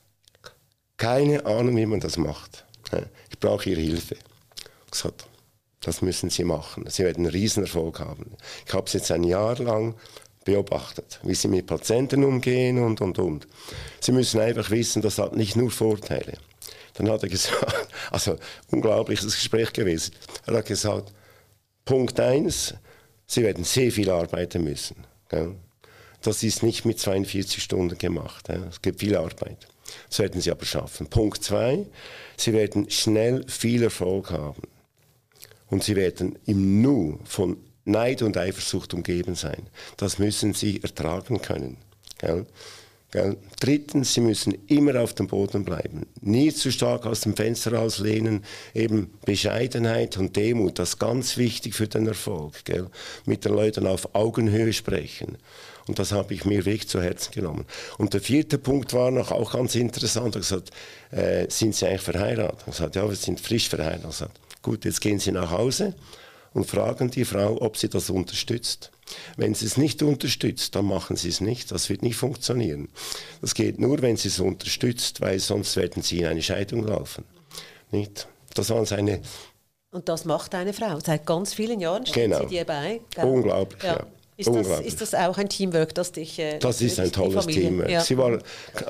keine Ahnung, wie man das macht. Ich brauche Ihre Hilfe. Ich habe gesagt, das müssen Sie machen. Sie werden einen Riesenerfolg haben. Ich habe es jetzt ein Jahr lang beobachtet, wie sie mit Patienten umgehen und. Sie müssen einfach wissen, das hat nicht nur Vorteile. Dann hat er gesagt, also unglaubliches Gespräch gewesen. Er hat gesagt, Punkt 1, Sie werden sehr viel arbeiten müssen. Gell? Das ist nicht mit 42 Stunden gemacht. Gell? Es gibt viel Arbeit. Das werden Sie aber schaffen. Punkt 2, Sie werden schnell viel Erfolg haben. Und Sie werden im Nu von Neid und Eifersucht umgeben sein. Das müssen Sie ertragen können. Gell? Gell? Drittens, Sie müssen immer auf dem Boden bleiben. Nie zu stark aus dem Fenster rauslehnen. Eben Bescheidenheit und Demut, das ist ganz wichtig für den Erfolg. Gell? Mit den Leuten auf Augenhöhe sprechen. Und das habe ich mir wirklich zu Herzen genommen. Und der 4. Punkt war noch auch ganz interessant. Er hat gesagt, sind Sie eigentlich verheiratet? Er hat gesagt, ja, wir sind frisch verheiratet. Er hat gesagt, gut, jetzt gehen Sie nach Hause und fragen die Frau, ob sie das unterstützt. Wenn sie es nicht unterstützt, dann machen sie es nicht. Das wird nicht funktionieren. Das geht nur, wenn sie es unterstützt, weil sonst werden sie in eine Scheidung laufen. Nicht? Das waren seine... Und das macht eine Frau. Seit ganz vielen Jahren steht sie dir bei. Gell? Unglaublich, ja. Ist das auch ein Teamwork, das dich... das ist ein tolles Teamwork. Ja. Sie war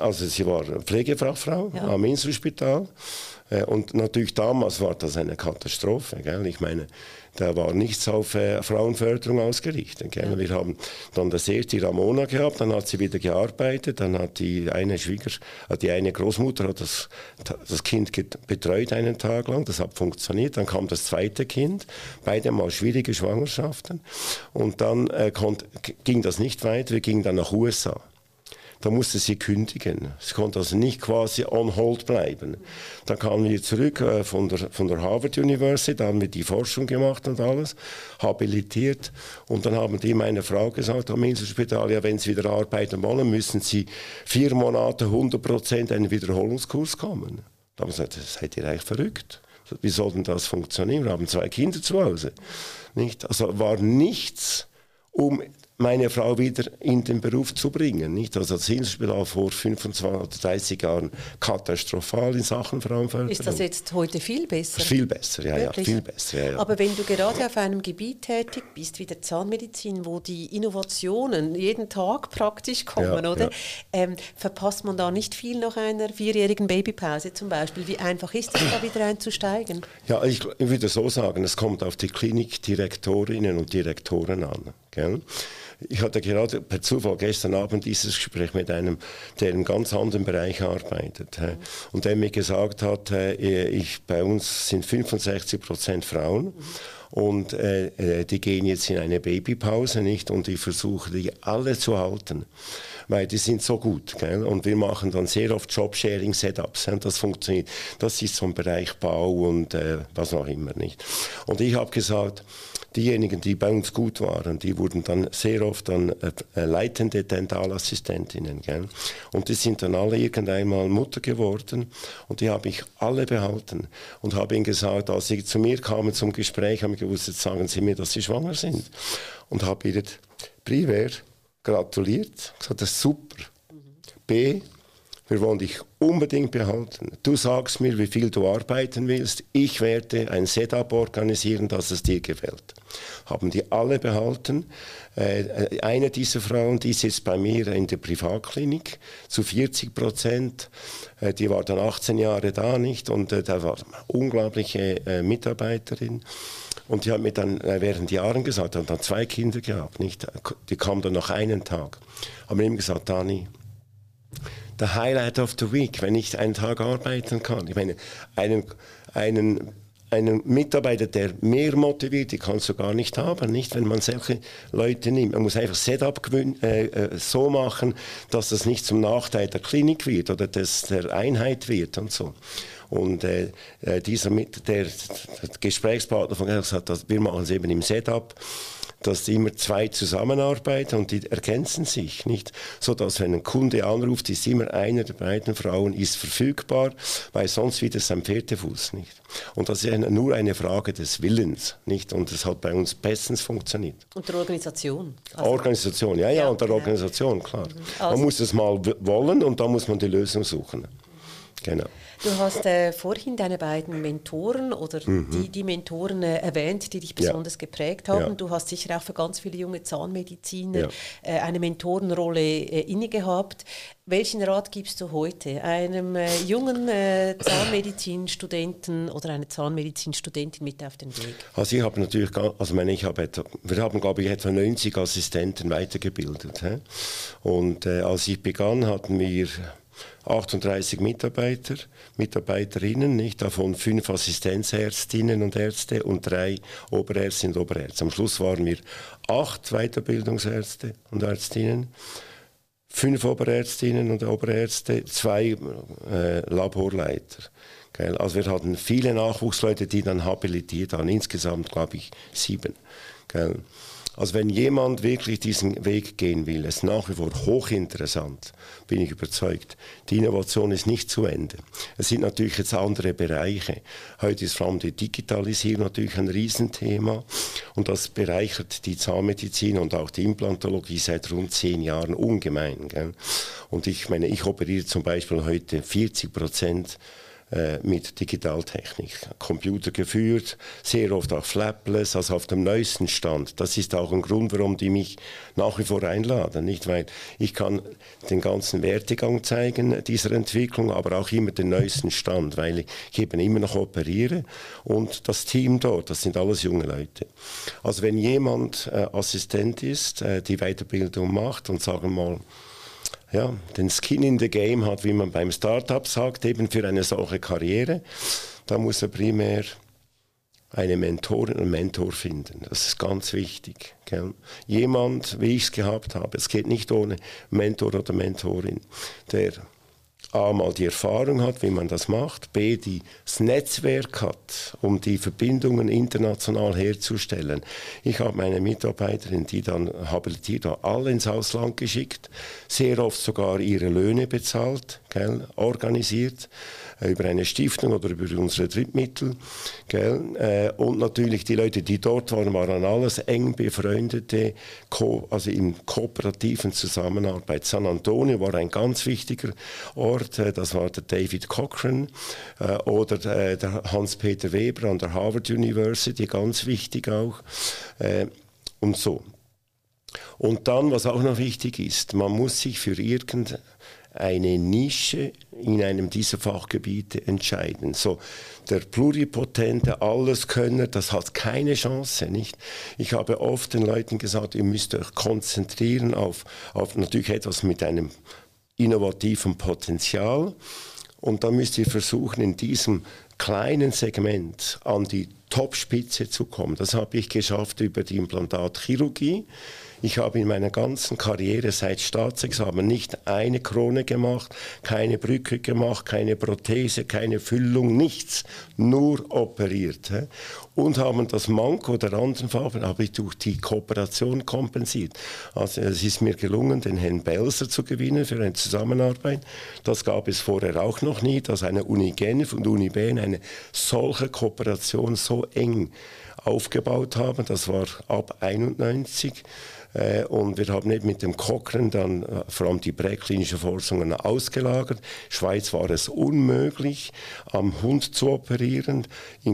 Pflegefachfrau am Inselspital. Und natürlich damals war das eine Katastrophe. Gell? Ich meine, da war nichts auf Frauenförderung ausgerichtet. Gell? Ja. Wir haben dann das erste die Ramona gehabt, dann hat sie wieder gearbeitet, dann hat die eine Großmutter hat das Kind betreut einen Tag lang, das hat funktioniert. Dann kam das zweite Kind, beide mal schwierige Schwangerschaften. Und dann ging das nicht weiter, wir gingen dann nach USA. Da musste sie kündigen. Sie konnte also nicht quasi on hold bleiben. Dann kamen wir zurück von der Harvard University, da haben wir die Forschung gemacht und alles, habilitiert. Und dann haben die meiner Frau gesagt am Inselspital, ja, wenn Sie wieder arbeiten wollen, müssen Sie 4 Monate 100% einen Wiederholungskurs kommen. Da haben wir gesagt, seid ihr eigentlich verrückt? Wie soll denn das funktionieren? Wir haben 2 Kinder zu Hause. Nicht? Also war nichts, um meine Frau wieder in den Beruf zu bringen. Nicht? Also das Inselspital vor 25 oder 30 Jahren katastrophal in Sachen Frauenförderung. Ist das jetzt heute viel besser? Viel besser, ja, viel besser. Ja. Aber wenn du gerade auf einem Gebiet tätig bist, wie der Zahnmedizin, wo die Innovationen jeden Tag praktisch kommen, oder? Ja. Verpasst man da nicht viel nach einer 4-jährigen Babypause zum Beispiel? Wie einfach ist es, da wieder einzusteigen? Ja, ich würde so sagen, es kommt auf die Klinikdirektorinnen und Direktoren an. Gell? Ich hatte gerade per Zufall gestern Abend dieses Gespräch mit einem, der in einem ganz anderen Bereich arbeitet. Und der mir gesagt hat, bei uns sind 65% Frauen. Und die gehen jetzt in eine Babypause, nicht? Und ich versuche, die alle zu halten, weil die sind so gut. Gell? Und wir machen dann sehr oft Jobsharing-Setups. Und das funktioniert. Das ist so ein Bereich Bau und was auch immer, nicht? Und ich habe gesagt, diejenigen, die bei uns gut waren, die wurden dann sehr oft dann leitende Dentalassistentinnen. Gell? Und die sind dann alle irgendeinmal Mutter geworden und die habe ich alle behalten und habe ihnen gesagt, als sie zu mir kamen zum Gespräch, haben ich gewusst, jetzt sagen sie mir, dass sie schwanger sind. Und habe ihnen primär gratuliert, gesagt, das ist super. B, wir wollen dich unbedingt behalten. Du sagst mir, wie viel du arbeiten willst. Ich werde ein Setup organisieren, dass es dir gefällt. Haben die alle behalten. Eine dieser Frauen, die ist jetzt bei mir in der Privatklinik zu 40%. Die war dann 18 Jahre da, nicht? Und da war eine unglaubliche Mitarbeiterin. Und die hat mir dann während Jahren gesagt, hat dann 2 Kinder gehabt, nicht? Die kam dann nach einem Tag. Haben mir ihm gesagt, Dani, the highlight of the week, wenn ich einen Tag arbeiten kann. Ich meine, einen Mitarbeiter, der mehr motiviert, die kannst du gar nicht haben, nicht, wenn man solche Leute nimmt. Man muss einfach Setup so machen, dass das nicht zum Nachteil der Klinik wird oder der Einheit wird und so. Und der Gesprächspartner von uns hat gesagt, wir machen es eben im Setup, dass immer 2 zusammenarbeiten und die ergänzen sich, nicht? So dass wenn ein Kunde anruft, ist immer einer der beiden Frauen ist verfügbar, weil sonst wird es ein Pferdefuß, nicht? Und das ist nur eine Frage des Willens, nicht? Und das hat bei uns bestens funktioniert. Und der Organisation. Organisation, ja, und der Organisation, klar. Also, man muss es mal wollen und dann muss man die Lösung suchen. Genau. Du hast vorhin deine beiden Mentoren oder die Mentoren erwähnt, die dich besonders geprägt haben. Ja. Du hast sicher auch für ganz viele junge Zahnmediziner eine Mentorenrolle inne gehabt. Welchen Rat gibst du heute einem jungen Zahnmedizinstudenten oder einer Zahnmedizinstudentin mit auf den Weg? Also ich habe natürlich, wir haben glaube ich etwa 90 Assistenten weitergebildet. Und als ich begann, hatten wir 38 Mitarbeiterinnen, nicht? Davon 5 Assistenzärztinnen und Ärzte und 3 Oberärztinnen und Oberärzte. Am Schluss waren wir 8 Weiterbildungsärzte und Ärztinnen, 5 Oberärztinnen und Oberärzte, 2 Laborleiter. Gell? Also wir hatten viele Nachwuchsleute, die dann habilitiert waren, insgesamt glaube ich 7. Gell? Also wenn jemand wirklich diesen Weg gehen will, ist nach wie vor hochinteressant, bin ich überzeugt. Die Innovation ist nicht zu Ende. Es sind natürlich jetzt andere Bereiche. Heute ist vor allem die Digitalisierung natürlich ein Riesenthema und das bereichert die Zahnmedizin und auch die Implantologie seit rund 10 Jahren ungemein. Gell? Und ich meine, ich operiere zum Beispiel heute 40% mit Digitaltechnik, Computer geführt, sehr oft auch flapless, also auf dem neuesten Stand. Das ist auch ein Grund, warum die mich nach wie vor einladen, nicht? Weil ich kann den ganzen Werdegang zeigen dieser Entwicklung, aber auch immer den neuesten Stand, weil ich eben immer noch operiere und das Team dort, das sind alles junge Leute. Also wenn jemand Assistent ist, die Weiterbildung macht und sagen wir mal, ja, den Skin in the Game hat, wie man beim Startup sagt, eben für eine solche Karriere, da muss er primär eine Mentorin und Mentor finden. Das ist ganz wichtig. Gell? Jemand, wie ich es gehabt habe, es geht nicht ohne Mentor oder Mentorin, der A, mal die Erfahrung hat, wie man das macht, B, das Netzwerk hat, um die Verbindungen international herzustellen. Ich habe meine Mitarbeiterin, die dann habilitiert war, alle ins Ausland geschickt, sehr oft sogar ihre Löhne bezahlt, gell, organisiert, über eine Stiftung oder über unsere Drittmittel. Gell? Und natürlich die Leute, die dort waren, waren alles eng befreundete, also in kooperativen Zusammenarbeit. San Antonio war ein ganz wichtiger Ort, das war der David Cochrane oder der Hans-Peter Weber an der Harvard University, ganz wichtig auch. Und so. Und dann, was auch noch wichtig ist, man muss sich für eine Nische in einem dieser Fachgebiete entscheiden. So, der pluripotente Alleskönner, das hat keine Chance, nicht? Ich habe oft den Leuten gesagt, ihr müsst euch konzentrieren auf natürlich etwas mit einem innovativen Potenzial und dann müsst ihr versuchen, in diesem kleinen Segment an die Topspitze zu kommen. Das habe ich geschafft über die Implantatchirurgie. Ich habe in meiner ganzen Karriere seit Staatsexamen nicht eine Krone gemacht, keine Brücke gemacht, keine Prothese, keine Füllung, nichts, nur operiert. Und haben das Manko der anderen Farben habe ich durch die Kooperation kompensiert. Also es ist mir gelungen, den Herrn Belser zu gewinnen für eine Zusammenarbeit. Das gab es vorher auch noch nie, dass eine Uni Genf und Uni Bern eine solche Kooperation so eng aufgebaut haben. Das war ab 1991. Und wir haben eben mit dem Cochrane dann vor allem die präklinische Forschungen ausgelagert. In der Schweiz war es unmöglich, am Hund zu operieren.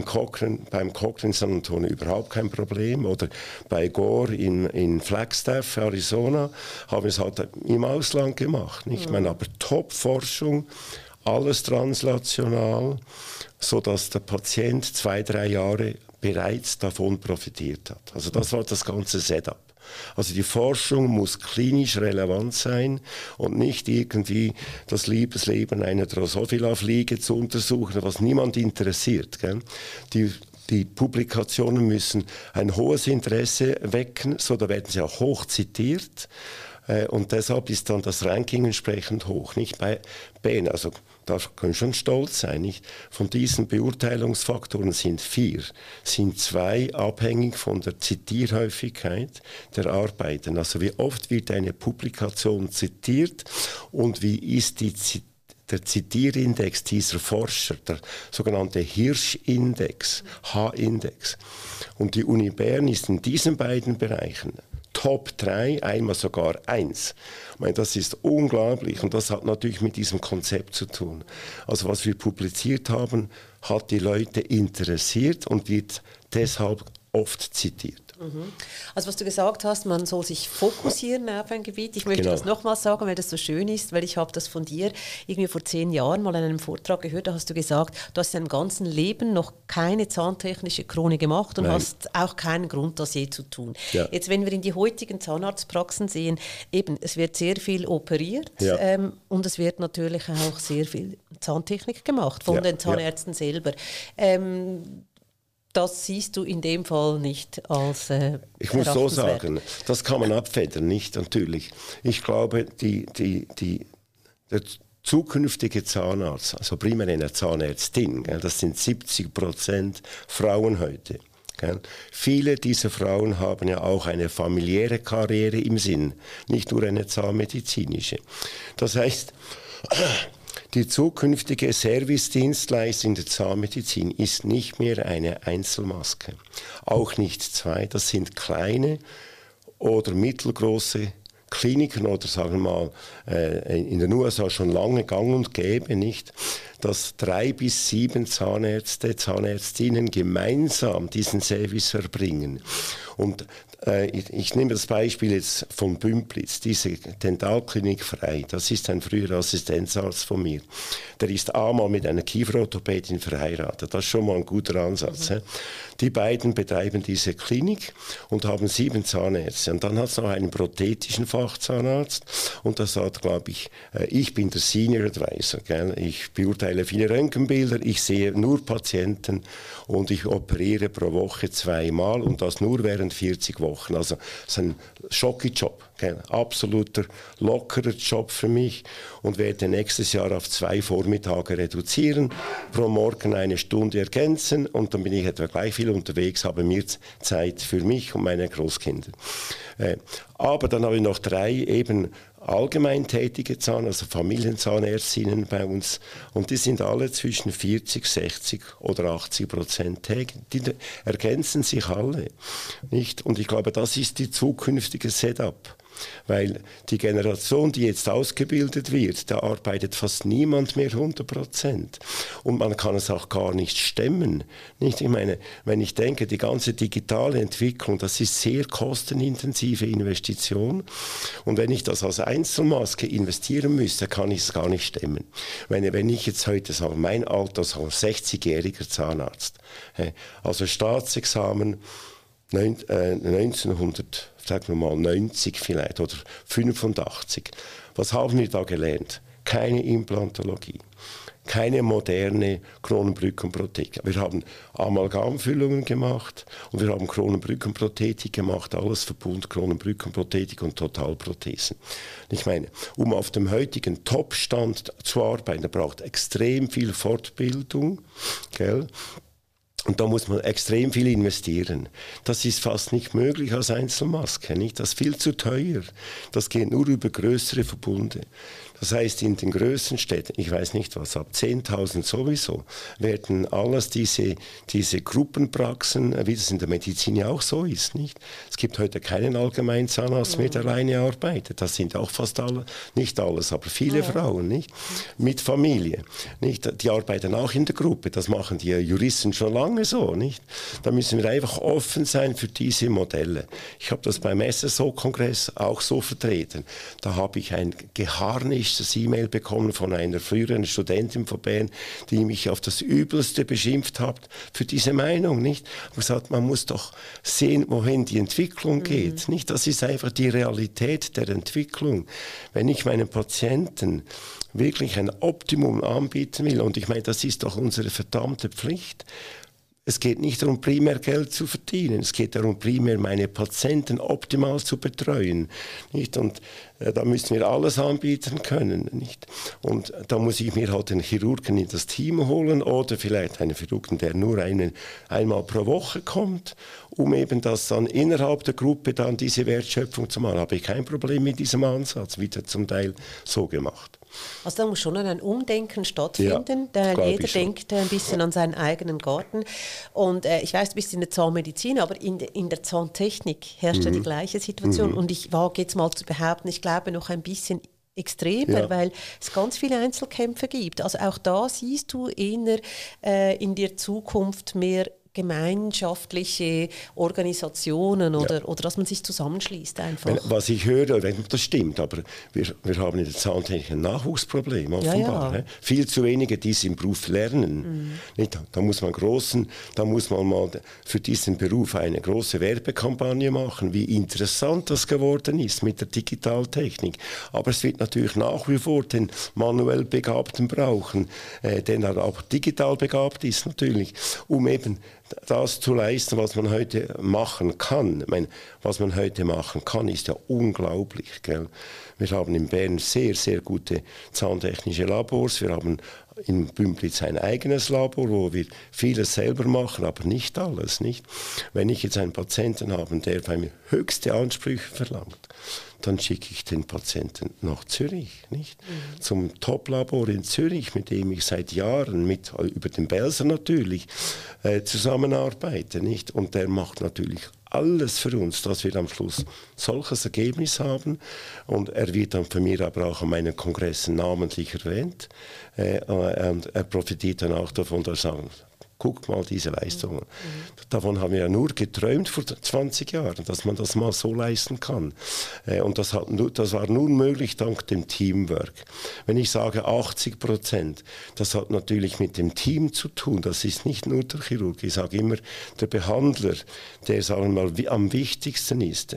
Beim Cochrane San Antonio überhaupt kein Problem. Oder bei Gore in Flagstaff, Arizona, haben wir es halt im Ausland gemacht. Nicht? Mhm. Aber Top-Forschung, alles translational, sodass der Patient 2-3 Jahre bereits davon profitiert hat. Also das war das ganze Setup. Also die Forschung muss klinisch relevant sein und nicht irgendwie das Liebesleben einer Drosophila-Fliege zu untersuchen, was niemand interessiert. Gell? Die Publikationen müssen ein hohes Interesse wecken, so da werden sie auch hoch zitiert. Und deshalb ist dann das Ranking entsprechend hoch. Nicht bei BN, also da können schon stolz sein. Nicht? Von diesen Beurteilungsfaktoren sind 4, sind 2 abhängig von der Zitierhäufigkeit der Arbeiten. Also wie oft wird eine Publikation zitiert und wie ist der Zitierindex dieser Forscher, der sogenannte Hirsch-Index, H-Index. Und die Uni Bern ist in diesen beiden Bereichen Top 3, einmal sogar 1. Ich meine, das ist unglaublich und das hat natürlich mit diesem Konzept zu tun. Also was wir publiziert haben, hat die Leute interessiert und wird deshalb oft zitiert. Also was du gesagt hast, man soll sich fokussieren auf ein Gebiet. Ich möchte das nochmal sagen, weil das so schön ist, weil ich habe das von dir irgendwie vor 10 Jahren mal in einem Vortrag gehört, da hast du gesagt, du hast in deinem ganzen Leben noch keine zahntechnische Krone gemacht und hast auch keinen Grund, das je zu tun. Ja. Jetzt, wenn wir in die heutigen Zahnarztpraxen sehen, eben, es wird sehr viel operiert und es wird natürlich auch sehr viel Zahntechnik gemacht von den Zahnärzten selber. Das siehst du in dem Fall nicht als ich muss so sagen, das kann man abfedern, nicht natürlich. Ich glaube, der zukünftige Zahnarzt, also primär eine Zahnärztin, das sind 70% Frauen heute. Viele dieser Frauen haben ja auch eine familiäre Karriere im Sinn, nicht nur eine zahnmedizinische. Das heißt, die zukünftige Servicedienstleistung der Zahnmedizin ist nicht mehr eine Einzelmaske, auch nicht 2. Das sind kleine oder mittelgroße Kliniken oder sagen wir mal in den USA schon lange gang und gäbe, nicht, dass 3 bis 7 Zahnärzte, Zahnärztinnen gemeinsam diesen Service erbringen. Und ich nehme das Beispiel jetzt von Bümplitz, diese Dentalklinik Frei. Das ist ein früherer Assistenzarzt von mir. Der ist einmal mit einer Kieferorthopädin verheiratet. Das ist schon mal ein guter Ansatz. Die beiden betreiben diese Klinik und haben 7 Zahnärzte. Und dann hat es noch einen prothetischen Fachzahnarzt. Und da sagt, glaube ich, ich bin der Senior Advisor. Gell? Ich beurteile viele Röntgenbilder, ich sehe nur Patienten und ich operiere pro Woche 2-mal und das nur während 40 Wochen. Also das ist ein Schocki-Job, absoluter lockerer Job für mich und werde nächstes Jahr auf 2 Vormittage reduzieren, pro Morgen 1 Stunde ergänzen und dann bin ich etwa gleich viel unterwegs, habe mir Zeit für mich und meine Großkinder. Aber dann habe ich noch 3 eben allgemein tätige also Familienzahnärztinnen bei uns und die sind alle zwischen 40, 60 oder 80% tägig. Die ergänzen sich alle, nicht? Und ich glaube, das ist die zukünftige Setup. Weil die Generation, die jetzt ausgebildet wird, da arbeitet fast niemand mehr 100%. Und man kann es auch gar nicht stemmen. Nicht? Ich meine, wenn ich denke, die ganze digitale Entwicklung, das ist sehr kostenintensive Investition. Und wenn ich das als Einzelmaske investieren müsste, kann ich es gar nicht stemmen. Wenn ich jetzt heute sage, mein Alter als 60-jähriger Zahnarzt, also Staatsexamen, 1900, sagen wir mal 90 vielleicht oder 85. Was haben wir da gelernt? Keine Implantologie, keine moderne Kronenbrückenprothetik. Wir haben Amalgamfüllungen gemacht und wir haben Kronenbrückenprothetik gemacht, alles Verbund Kronenbrückenprothetik und Totalprothesen. Ich meine, um auf dem heutigen Topstand zu arbeiten, da braucht extrem viel Fortbildung, gell? Und da muss man extrem viel investieren. Das ist fast nicht möglich als Einzelmaske, nicht? Das ist viel zu teuer. Das geht nur über größere Verbunde. Das heißt, in den größeren Städten, ich weiß nicht was, ab 10.000 sowieso, werden alles diese Gruppenpraxen, wie das in der Medizin ja auch so ist, nicht? Es gibt heute keinen Allgemeinzahnarzt mehr, der alleine arbeitet. Das sind auch fast alle, nicht alles, aber viele Frauen, nicht? Mit Familie, nicht? Die arbeiten auch in der Gruppe. Das machen die Juristen schon lange lange so, nicht? Da müssen wir einfach offen sein für diese Modelle. Ich habe das beim SSO-Kongress auch so vertreten. Da habe ich ein geharnischtes E-Mail bekommen von einer früheren Studentin von Bern, die mich auf das Übelste beschimpft hat für diese Meinung, nicht? Und gesagt, man muss doch sehen, wohin die Entwicklung geht, nicht? Das ist einfach die Realität der Entwicklung. Wenn ich meinen Patienten wirklich ein Optimum anbieten will, und ich meine, das ist doch unsere verdammte Pflicht. Es geht nicht darum, primär Geld zu verdienen. Es geht darum, primär meine Patienten optimal zu betreuen. Nicht? Und da müssen wir alles anbieten können. Nicht? Und da muss ich mir halt einen Chirurgen in das Team holen oder vielleicht einen Chirurgen, der nur einmal pro Woche kommt, um eben das dann innerhalb der Gruppe dann diese Wertschöpfung zu machen. Habe ich kein Problem mit diesem Ansatz, wieder zum Teil so gemacht. Also da muss schon ein Umdenken stattfinden. Ja, jeder denkt ein bisschen an seinen eigenen Garten. Und ich weiß, du bist in der Zahnmedizin, aber in der Zahntechnik herrscht ja die gleiche Situation. Und ich wage jetzt mal zu behaupten, ich glaube noch ein bisschen extremer, weil es ganz viele Einzelkämpfe gibt. Also auch da siehst du eher in der Zukunft mehr gemeinschaftliche Organisationen oder dass man sich zusammenschließt einfach. Was ich höre, das stimmt, aber wir haben in der Zahntechnik ein Nachwuchsproblem offenbar. Ja. Viel zu wenige, die diesen Beruf lernen. Da muss man mal für diesen Beruf eine große Werbekampagne machen, wie interessant das geworden ist mit der Digitaltechnik. Aber es wird natürlich nach wie vor den manuell Begabten brauchen, der auch digital begabt ist natürlich, um eben das zu leisten, was man heute machen kann. Ich meine, was man heute machen kann, ist ja unglaublich. Gell? Wir haben in Bern sehr, sehr gute zahntechnische Labors. Wir haben in Bümpliz ein eigenes Labor, wo wir vieles selber machen, aber nicht alles. Nicht? Wenn ich jetzt einen Patienten habe, der bei mir höchste Ansprüche verlangt, dann schicke ich den Patienten nach Zürich, nicht? Zum Top-Labor in Zürich, mit dem ich seit Jahren, über den Belser natürlich, zusammenarbeite, nicht? Und der macht natürlich alles für uns, dass wir am Schluss solches Ergebnis haben. Und er wird dann von mir aber auch an meinen Kongressen namentlich erwähnt. Und er profitiert dann auch davon, dass er sagt, guck mal diese Leistungen. Davon haben wir ja nur geträumt vor 20 Jahren, dass man das mal so leisten kann. Und das war nur möglich dank dem Teamwork. Wenn ich sage 80%, das hat natürlich mit dem Team zu tun. Das ist nicht nur der Chirurg. Ich sage immer, der Behandler, der, sagen wir mal, am wichtigsten ist.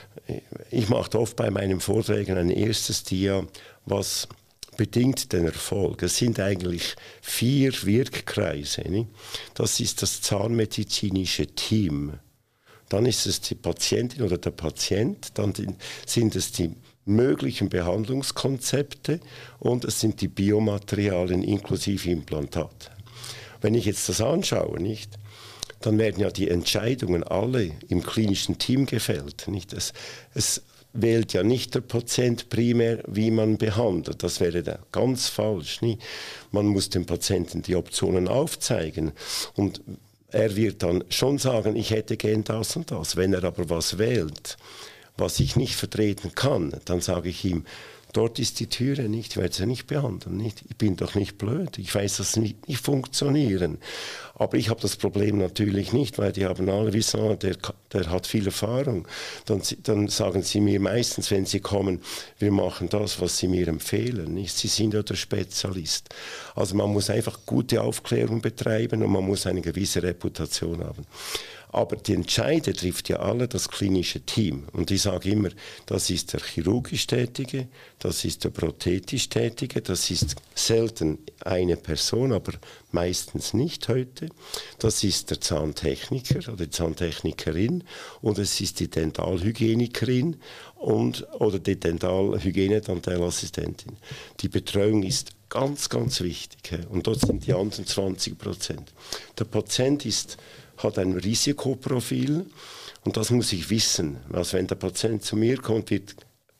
Ich mache oft bei meinen Vorträgen ein erstes Dia, was bedingt den Erfolg. Es sind eigentlich 4 Wirkkreise. Nicht? Das ist das zahnmedizinische Team. Dann ist es die Patientin oder der Patient. Dann sind es die möglichen Behandlungskonzepte und es sind die Biomaterialien inklusive Implantate. Wenn ich jetzt das anschaue, nicht? Dann werden ja die Entscheidungen alle im klinischen Team gefällt. Nicht? Es wählt ja nicht der Patient primär, wie man behandelt. Das wäre da ganz falsch. Nie. Man muss dem Patienten die Optionen aufzeigen und er wird dann schon sagen, ich hätte gern das und das. Wenn er aber was wählt, was ich nicht vertreten kann, dann sage ich ihm, dort ist die Türe nicht, ich werde sie nicht behandeln. Nicht. Ich bin doch nicht blöd, ich weiß, dass sie nicht funktionieren. Aber ich habe das Problem natürlich nicht, weil die haben alle wissen, der hat viel Erfahrung. Dann sagen sie mir meistens, wenn sie kommen, wir machen das, was sie mir empfehlen. Nicht? Sie sind ja der Spezialist. Also man muss einfach gute Aufklärung betreiben und man muss eine gewisse Reputation haben. Aber die Entscheider trifft ja alle das klinische Team. Und ich sage immer, das ist der chirurgisch Tätige, das ist der prothetisch Tätige, das ist selten eine Person, aber meistens nicht heute. Das ist der Zahntechniker oder die Zahntechnikerin und es ist die Dentalhygienikerin oder die Dentalassistentin. Die Betreuung ist ganz, ganz wichtig. Und dort sind die anderen 20%. Der Patient hat ein Risikoprofil und das muss ich wissen. Also wenn der Patient zu mir kommt, wird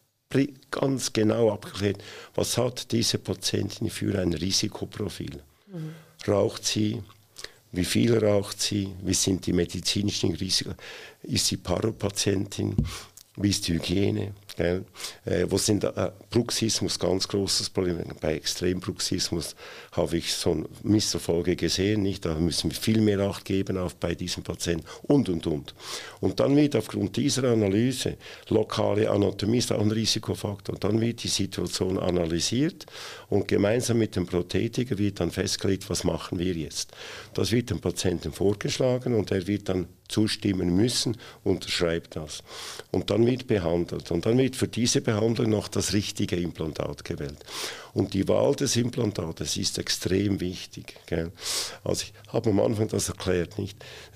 ganz genau abgeklärt, was hat diese Patientin für ein Risikoprofil. Raucht sie? Wie viel raucht sie? Wie sind die medizinischen Risiken? Ist sie Paropatientin? Wie ist die Hygiene? Gell? Wo sind Bruxismus, ganz großes Problem. Bei Extrembruxismus habe ich so eine Misserfolge gesehen. Nicht? Da müssen wir viel mehr Acht geben bei diesen Patienten und. Und dann wird aufgrund dieser Analyse, lokale Anatomie ist auch ein Risikofaktor, und dann wird die Situation analysiert und gemeinsam mit dem Prothetiker wird dann festgelegt, was machen wir jetzt. Das wird dem Patienten vorgeschlagen und er wird dann zustimmen müssen, unterschreibt das. Und dann wird behandelt. Und dann wird für diese Behandlung noch das richtige Implantat gewählt. Und die Wahl des Implantates ist extrem wichtig. Gell? Also ich habe am Anfang das erklärt, nicht?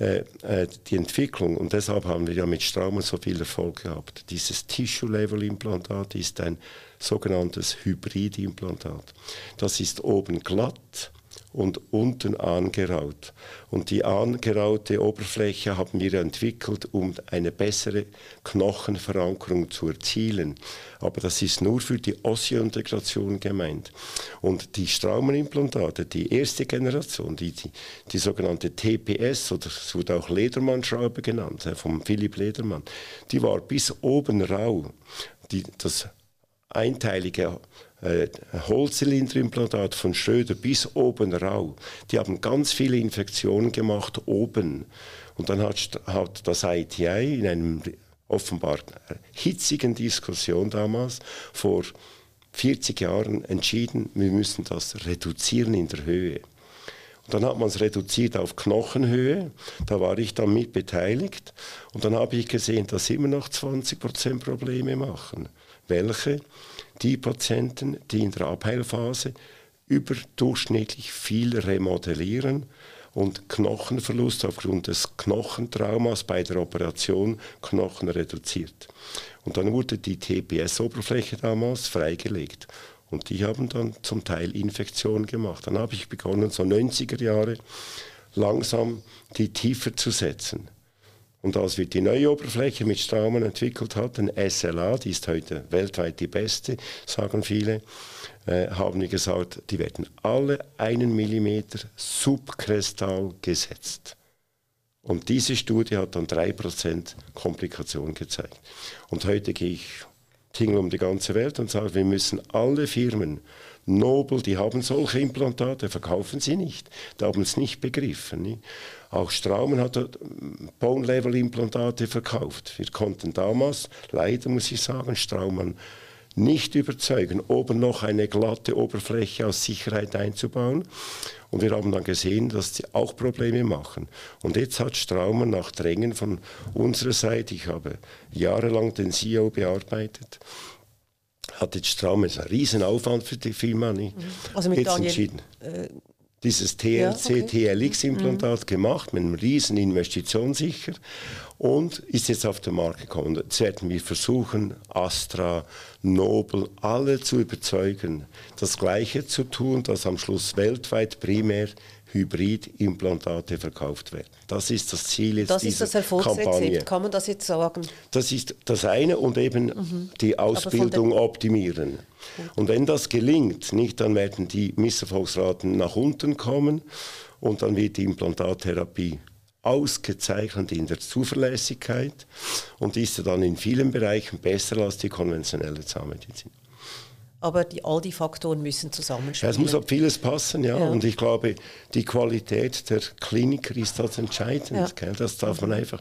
Die Entwicklung, und deshalb haben wir ja mit Straumann so viel Erfolg gehabt. Dieses Tissue-Level-Implantat ist ein sogenanntes Hybridimplantat. Das ist oben glatt und unten angeraut. Und die angeraute Oberfläche haben wir entwickelt, um eine bessere Knochenverankerung zu erzielen. Aber das ist nur für die Osseointegration gemeint. Und die Straumann-Implantate, die erste Generation, die sogenannte TPS, oder es wurde auch Ledermann-Schraube genannt, vom Philipp Ledermann, die war bis oben rau. Das einteilige Hohlzylinderimplantat von Schröder bis oben rau. Die haben ganz viele Infektionen gemacht oben. Und dann hat das ITI in einem offenbar hitzigen Diskussion damals vor 40 Jahren entschieden, wir müssen das reduzieren in der Höhe. Und dann hat man es reduziert auf Knochenhöhe. Da war ich dann mit beteiligt. Und dann habe ich gesehen, dass immer noch 20% Probleme machen. Welche? Die Patienten, die in der Abheilphase überdurchschnittlich viel remodellieren und Knochenverlust aufgrund des Knochentraumas bei der Operation Knochen reduziert. Und dann wurde die TPS-Oberfläche damals freigelegt. Und die haben dann zum Teil Infektionen gemacht. Dann habe ich begonnen, so 90er Jahre langsam die tiefer zu setzen. Und als wir die neue Oberfläche mit Straumann entwickelt hatten, SLA, die ist heute weltweit die beste, sagen viele, haben wir gesagt, die werden alle 1 Millimeter subkrestal gesetzt. Und diese Studie hat dann 3% Komplikation gezeigt. Und heute gehe ich tingle um die ganze Welt und sage, wir müssen alle Firmen, Nobel, die haben solche Implantate, verkaufen sie nicht. Die haben es nicht begriffen. Nicht? Auch Straumann hat Bone-Level-Implantate verkauft. Wir konnten damals, leider muss ich sagen, Straumann nicht überzeugen, oben noch eine glatte Oberfläche aus Sicherheit einzubauen. Und wir haben dann gesehen, dass sie auch Probleme machen. Und jetzt hat Straumann nach Drängen von unserer Seite, ich habe jahrelang den CEO bearbeitet, hat jetzt Straumann einen riesen Aufwand für die Firma nicht. Also mit jetzt Daniel, entschieden. Dieses TLC-TLX-Implantat gemacht, mit einem riesen Investition sicher, und ist jetzt auf den Markt gekommen. Jetzt werden wir versuchen, Astra, Nobel, alle zu überzeugen, das Gleiche zu tun, dass am Schluss weltweit primär Hybridimplantate verkauft werden. Das ist das Ziel jetzt dieser Kampagne. Das ist das Erfolgsrezept, kann man das jetzt sagen? Das ist das eine, und eben die Ausbildung optimieren. Und wenn das gelingt, nicht, dann werden die Misserfolgsraten nach unten kommen und dann wird die Implantattherapie ausgezeichnet in der Zuverlässigkeit und ist dann in vielen Bereichen besser als die konventionelle Zahnmedizin. Aber all die Faktoren müssen zusammenspielen. Es muss auf vieles passen, ja. Und ich glaube, die Qualität der Kliniker ist das entscheidend. Ja. Das darf man einfach.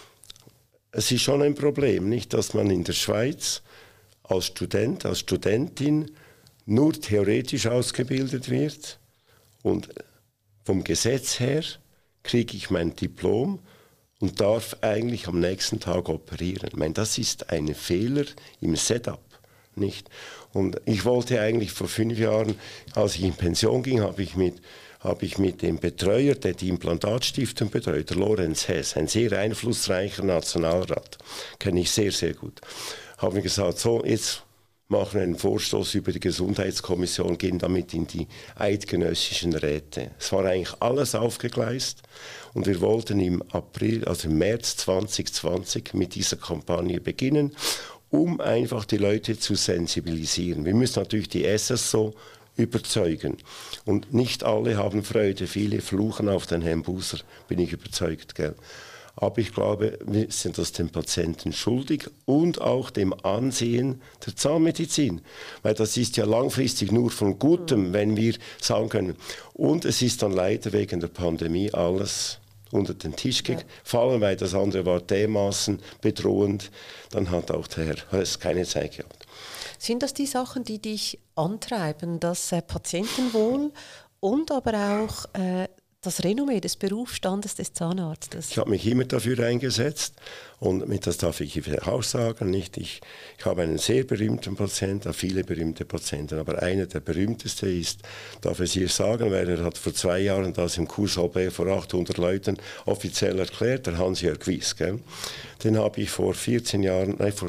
Es ist schon ein Problem, nicht, dass man in der Schweiz als Student, als Studentin nur theoretisch ausgebildet wird und vom Gesetz her kriege ich mein Diplom und darf eigentlich am nächsten Tag operieren. Ich meine, das ist ein Fehler im Setup, nicht? Und ich wollte eigentlich vor 5 Jahren, als ich in Pension ging, habe ich mit dem Betreuer, der die Implantatstiftung betreut, der Lorenz Hess, ein sehr einflussreicher Nationalrat, kenne ich sehr, sehr gut, habe ich gesagt, so, jetzt machen wir einen Vorstoß über die Gesundheitskommission, gehen damit in die eidgenössischen Räte. Es war eigentlich alles aufgegleist und wir wollten im März 2020 mit dieser Kampagne beginnen, um einfach die Leute zu sensibilisieren. Wir müssen natürlich die SSO überzeugen. Und nicht alle haben Freude, viele fluchen auf den Herrn Buser, bin ich überzeugt. Gell? Aber ich glaube, wir sind das dem Patienten schuldig und auch dem Ansehen der Zahnmedizin. Weil das ist ja langfristig nur von Gutem, wenn wir sagen können. Und es ist dann leider wegen der Pandemie alles unter den Tisch gefallen, weil das andere war dermaßen bedrohend. Dann hat auch der Herr Höss keine Zeit gehabt. Sind das die Sachen, die dich antreiben, das Patientenwohl und aber auch das Renommee des Berufsstandes des Zahnarztes? Ich habe mich immer dafür eingesetzt und das darf ich auch sagen. Nicht? Ich habe einen sehr berühmten Patienten, viele berühmte Patienten, aber einer der berühmteste ist, darf ich hier sagen, weil er hat vor 2 Jahren das im Kurs Albert vor 800 Leuten offiziell erklärt, der Hans-Jörg Wyss. Den habe ich vor 14 Jahren, vor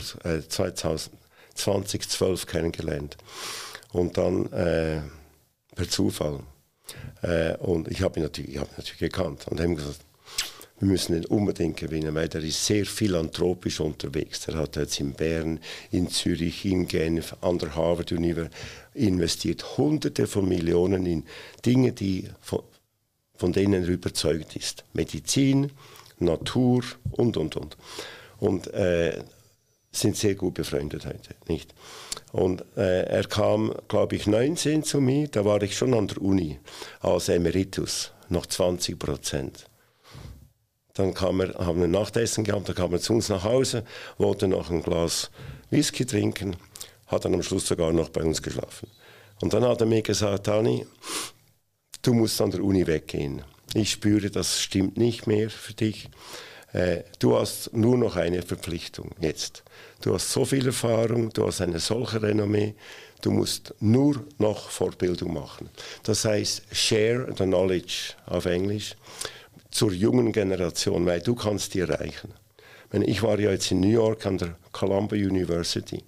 2012 kennengelernt und dann per Zufall. Und ich habe ihn natürlich gekannt und haben gesagt, wir müssen ihn unbedingt gewinnen, weil der ist sehr philanthropisch unterwegs. Der hat jetzt in Bern, in Zürich, in Genf, an der Harvard University investiert Hunderte von Millionen in Dinge, von denen er überzeugt ist. Medizin, Natur und. Und sind sehr gut befreundet heute, nicht? Und er kam, glaube ich, 19 zu mir, da war ich schon an der Uni als Emeritus, noch 20%. Dann haben wir ein Nachtessen gehabt, dann kam er zu uns nach Hause, wollte noch ein Glas Whisky trinken, hat dann am Schluss sogar noch bei uns geschlafen. Und dann hat er mir gesagt, Dani, du musst an der Uni weggehen. Ich spüre, das stimmt nicht mehr für dich. Du hast nur noch eine Verpflichtung jetzt. Du hast so viel Erfahrung, du hast eine solche Renommee, du musst nur noch Fortbildung machen. Das heißt, share the knowledge auf Englisch zur jungen Generation, weil du kannst die erreichen. Ich war ja jetzt in New York an der Columbia University.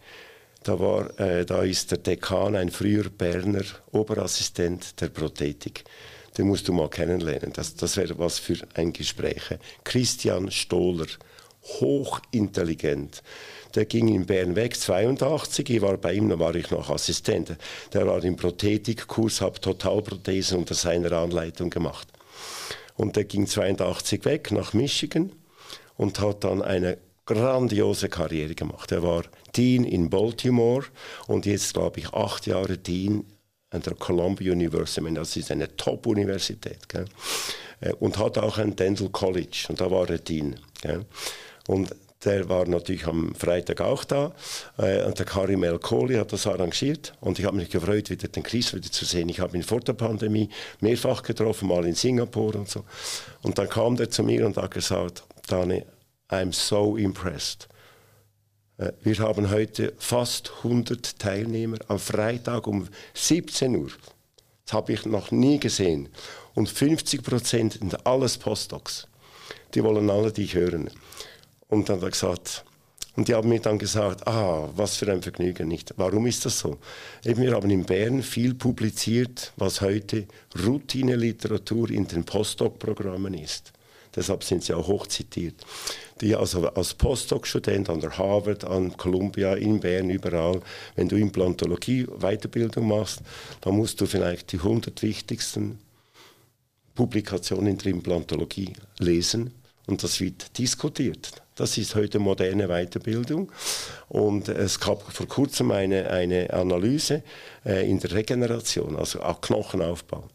Da ist der Dekan ein früher Berner Oberassistent der Prothetik. Den musst du mal kennenlernen. Das wäre was für ein Gespräch. Christian Stohler, hochintelligent. Der ging in Bern weg, 82. Ich war bei ihm, da war ich noch Assistent. Der war im Prothetikkurs, habe Totalprothesen unter seiner Anleitung gemacht. Und der ging 82 weg nach Michigan und hat dann eine grandiose Karriere gemacht. Er war Dean in Baltimore und jetzt, glaube ich, 8 Jahre Dean an der Columbia University, das ist eine Top-Universität, und hat auch ein Dental College und da war er Dean. Und der war natürlich am Freitag auch da und der Karim El-Kholi hat das arrangiert und ich habe mich gefreut, wieder den Chris wieder zu sehen. Ich habe ihn vor der Pandemie mehrfach getroffen, mal in Singapur und so. Und dann kam der zu mir und hat gesagt, Dani, I'm so impressed. Wir haben heute fast 100 Teilnehmer am Freitag um 17 Uhr. Das habe ich noch nie gesehen. Und 50% sind alles Postdocs. Die wollen alle dich hören. Und dann hat er gesagt, und die haben mir dann gesagt, was für ein Vergnügen, nicht? Warum ist das so? Eben, wir haben in Bern viel publiziert, was heute Routine-Literatur in den Postdoc-Programmen ist. Deshalb sind sie auch hoch zitiert. Die also als Postdoc-Student an der Harvard, an Columbia, in Bern, überall, wenn du Implantologie Weiterbildung machst, dann musst du vielleicht die 100 wichtigsten Publikationen in der Implantologie lesen und das wird diskutiert. Das ist heute moderne Weiterbildung und es gab vor kurzem eine Analyse in der Regeneration, also auch Knochenaufbau.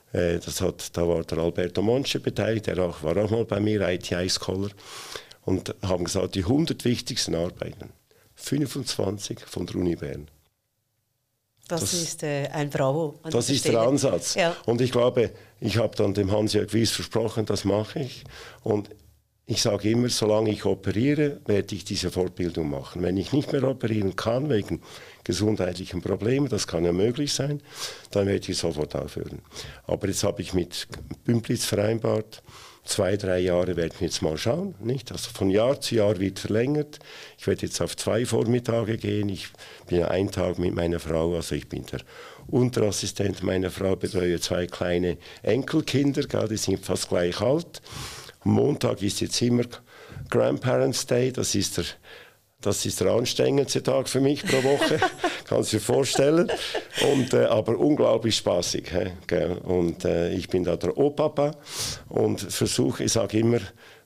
Da war der Alberto Monche beteiligt, der war auch mal bei mir, ITI-Scholar, und haben gesagt, die 100 wichtigsten Arbeiten, 25 von der Uni Bern. Das ist ein Bravo. Das ist der Ansatz. Ja. Und ich glaube, ich habe dann dem Hans-Jörg Wyss versprochen, das mache ich. Und ich sage immer, solange ich operiere, werde ich diese Fortbildung machen. Wenn ich nicht mehr operieren kann, wegen gesundheitlichen Problemen, das kann ja möglich sein, dann werde ich sofort aufhören. Aber jetzt habe ich mit Bümplitz vereinbart, 2-3 Jahre werden wir jetzt mal schauen. Nicht? Also von Jahr zu Jahr wird verlängert. Ich werde jetzt auf 2 Vormittage gehen. Ich bin einen Tag mit meiner Frau, also ich bin der Unterassistent meiner Frau, betreue 2 kleine Enkelkinder, die sind fast gleich alt. Am Montag ist jetzt immer Grandparents' Day, das ist der anstrengendste Tag für mich pro Woche, kannst du dir vorstellen. Aber unglaublich spaßig. Und ich bin da der Opapa und versuche, ich sage immer,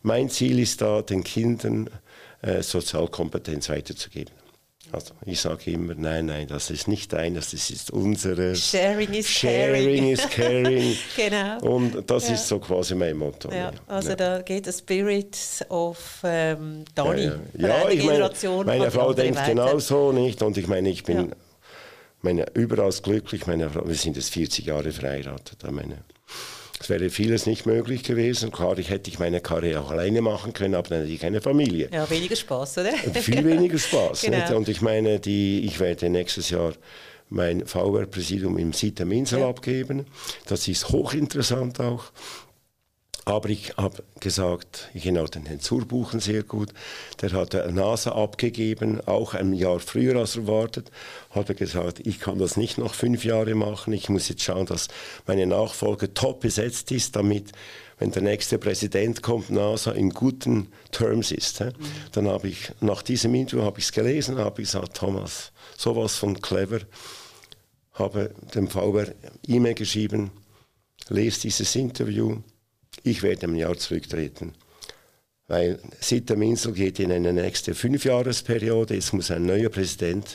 mein Ziel ist da, den Kindern Sozialkompetenz weiterzugeben. Also ich sage immer, nein, das ist nicht deines, das ist unsere. Sharing is caring. Genau. Und das ist so quasi mein Motto. Ja, also da geht der Spirit of Dani. Ja, ich meine Frau denkt weiter. genauso, nicht? Und ich meine, ich bin überaus glücklich. Meine Frau, wir sind jetzt 40 Jahre verheiratet. Es wäre vieles nicht möglich gewesen. Klar, hätte ich meine Karriere auch alleine machen können, aber dann hätte ich keine Familie. Ja, weniger Spaß, oder? Viel weniger Spaß. Genau. Nicht? Und ich meine, ich werde nächstes Jahr mein VR-Präsidium im Sitem-Insel abgeben. Das ist hochinteressant auch. Aber ich habe gesagt, ich kenne auch den Herrn Zurbuchen sehr gut, der hat der NASA abgegeben, auch ein Jahr früher als erwartet, hat er gesagt, ich kann das nicht noch 5 Jahre machen, ich muss jetzt schauen, dass meine Nachfolge top besetzt ist, damit, wenn der nächste Präsident kommt, NASA in guten Terms ist. Dann habe ich, nach diesem Interview habe ich es gelesen, habe ich gesagt, Thomas, sowas von clever, habe dem VR E-Mail geschrieben, lese dieses Interview, ich werde im Jahr zurücktreten, weil Sitem-Insel geht in eine nächste 5-Jahresperiode. Es muss ein neuer Präsident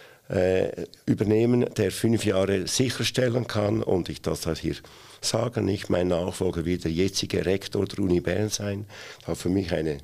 übernehmen, der 5 Jahre sicherstellen kann. Und ich darf das hier sagen, nicht mein Nachfolger wird der jetzige Rektor der Uni Bern sein. Das war für mich ein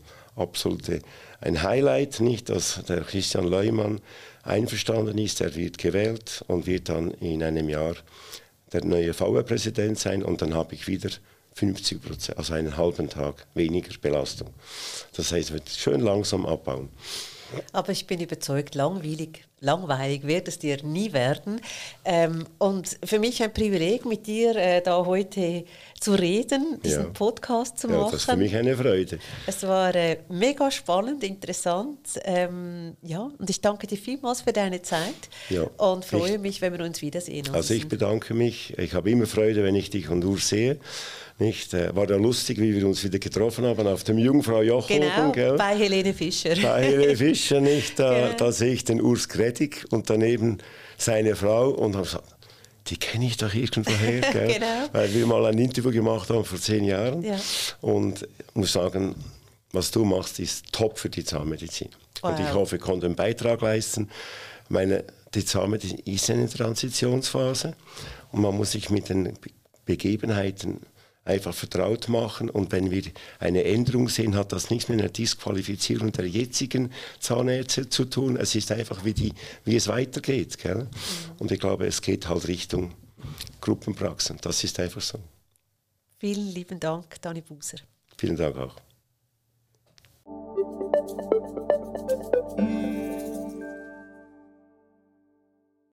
Highlight, nicht, dass der Christian Leumann einverstanden ist. Er wird gewählt und wird dann in einem Jahr der neue VR-Präsident sein. Und dann habe ich wieder 50%, also einen halben Tag weniger Belastung. Das heißt, es wird schön langsam abbauen. Aber ich bin überzeugt, langweilig wird es dir nie werden. Und für mich ein Privileg, mit dir da heute zu reden, diesen Podcast zu machen. Ja, das ist für mich eine Freude. Es war mega spannend, interessant. Und ich danke dir vielmals für deine Zeit und freue mich, wenn wir uns wiedersehen. Also ich bedanke mich. Ich habe immer Freude, wenn ich dich und Urs sehe. Nicht? War ja lustig, wie wir uns wieder getroffen haben auf dem Jungfrau Joch Genau, oben, bei Helene Fischer. Bei Helene Fischer, nicht? Da sehe ich den Urs Gredig und daneben seine Frau und habe gesagt, die kenne ich doch irgendwoher, gell? Genau. Weil wir mal ein Interview gemacht haben vor 10 Jahren. Ja. Und ich muss sagen, was du machst, ist top für die Zahnmedizin. Wow. Und ich hoffe, ich konnte einen Beitrag leisten. Die Zahnmedizin ist eine Transitionsphase und man muss sich mit den Begebenheiten einfach vertraut machen. Und wenn wir eine Änderung sehen, hat das nichts mit einer Disqualifizierung der jetzigen Zahnärzte zu tun. Es ist einfach, wie es weitergeht. Gell? Und ich glaube, es geht halt Richtung Gruppenpraxen. Das ist einfach so. Vielen lieben Dank, Dani Buser. Vielen Dank auch.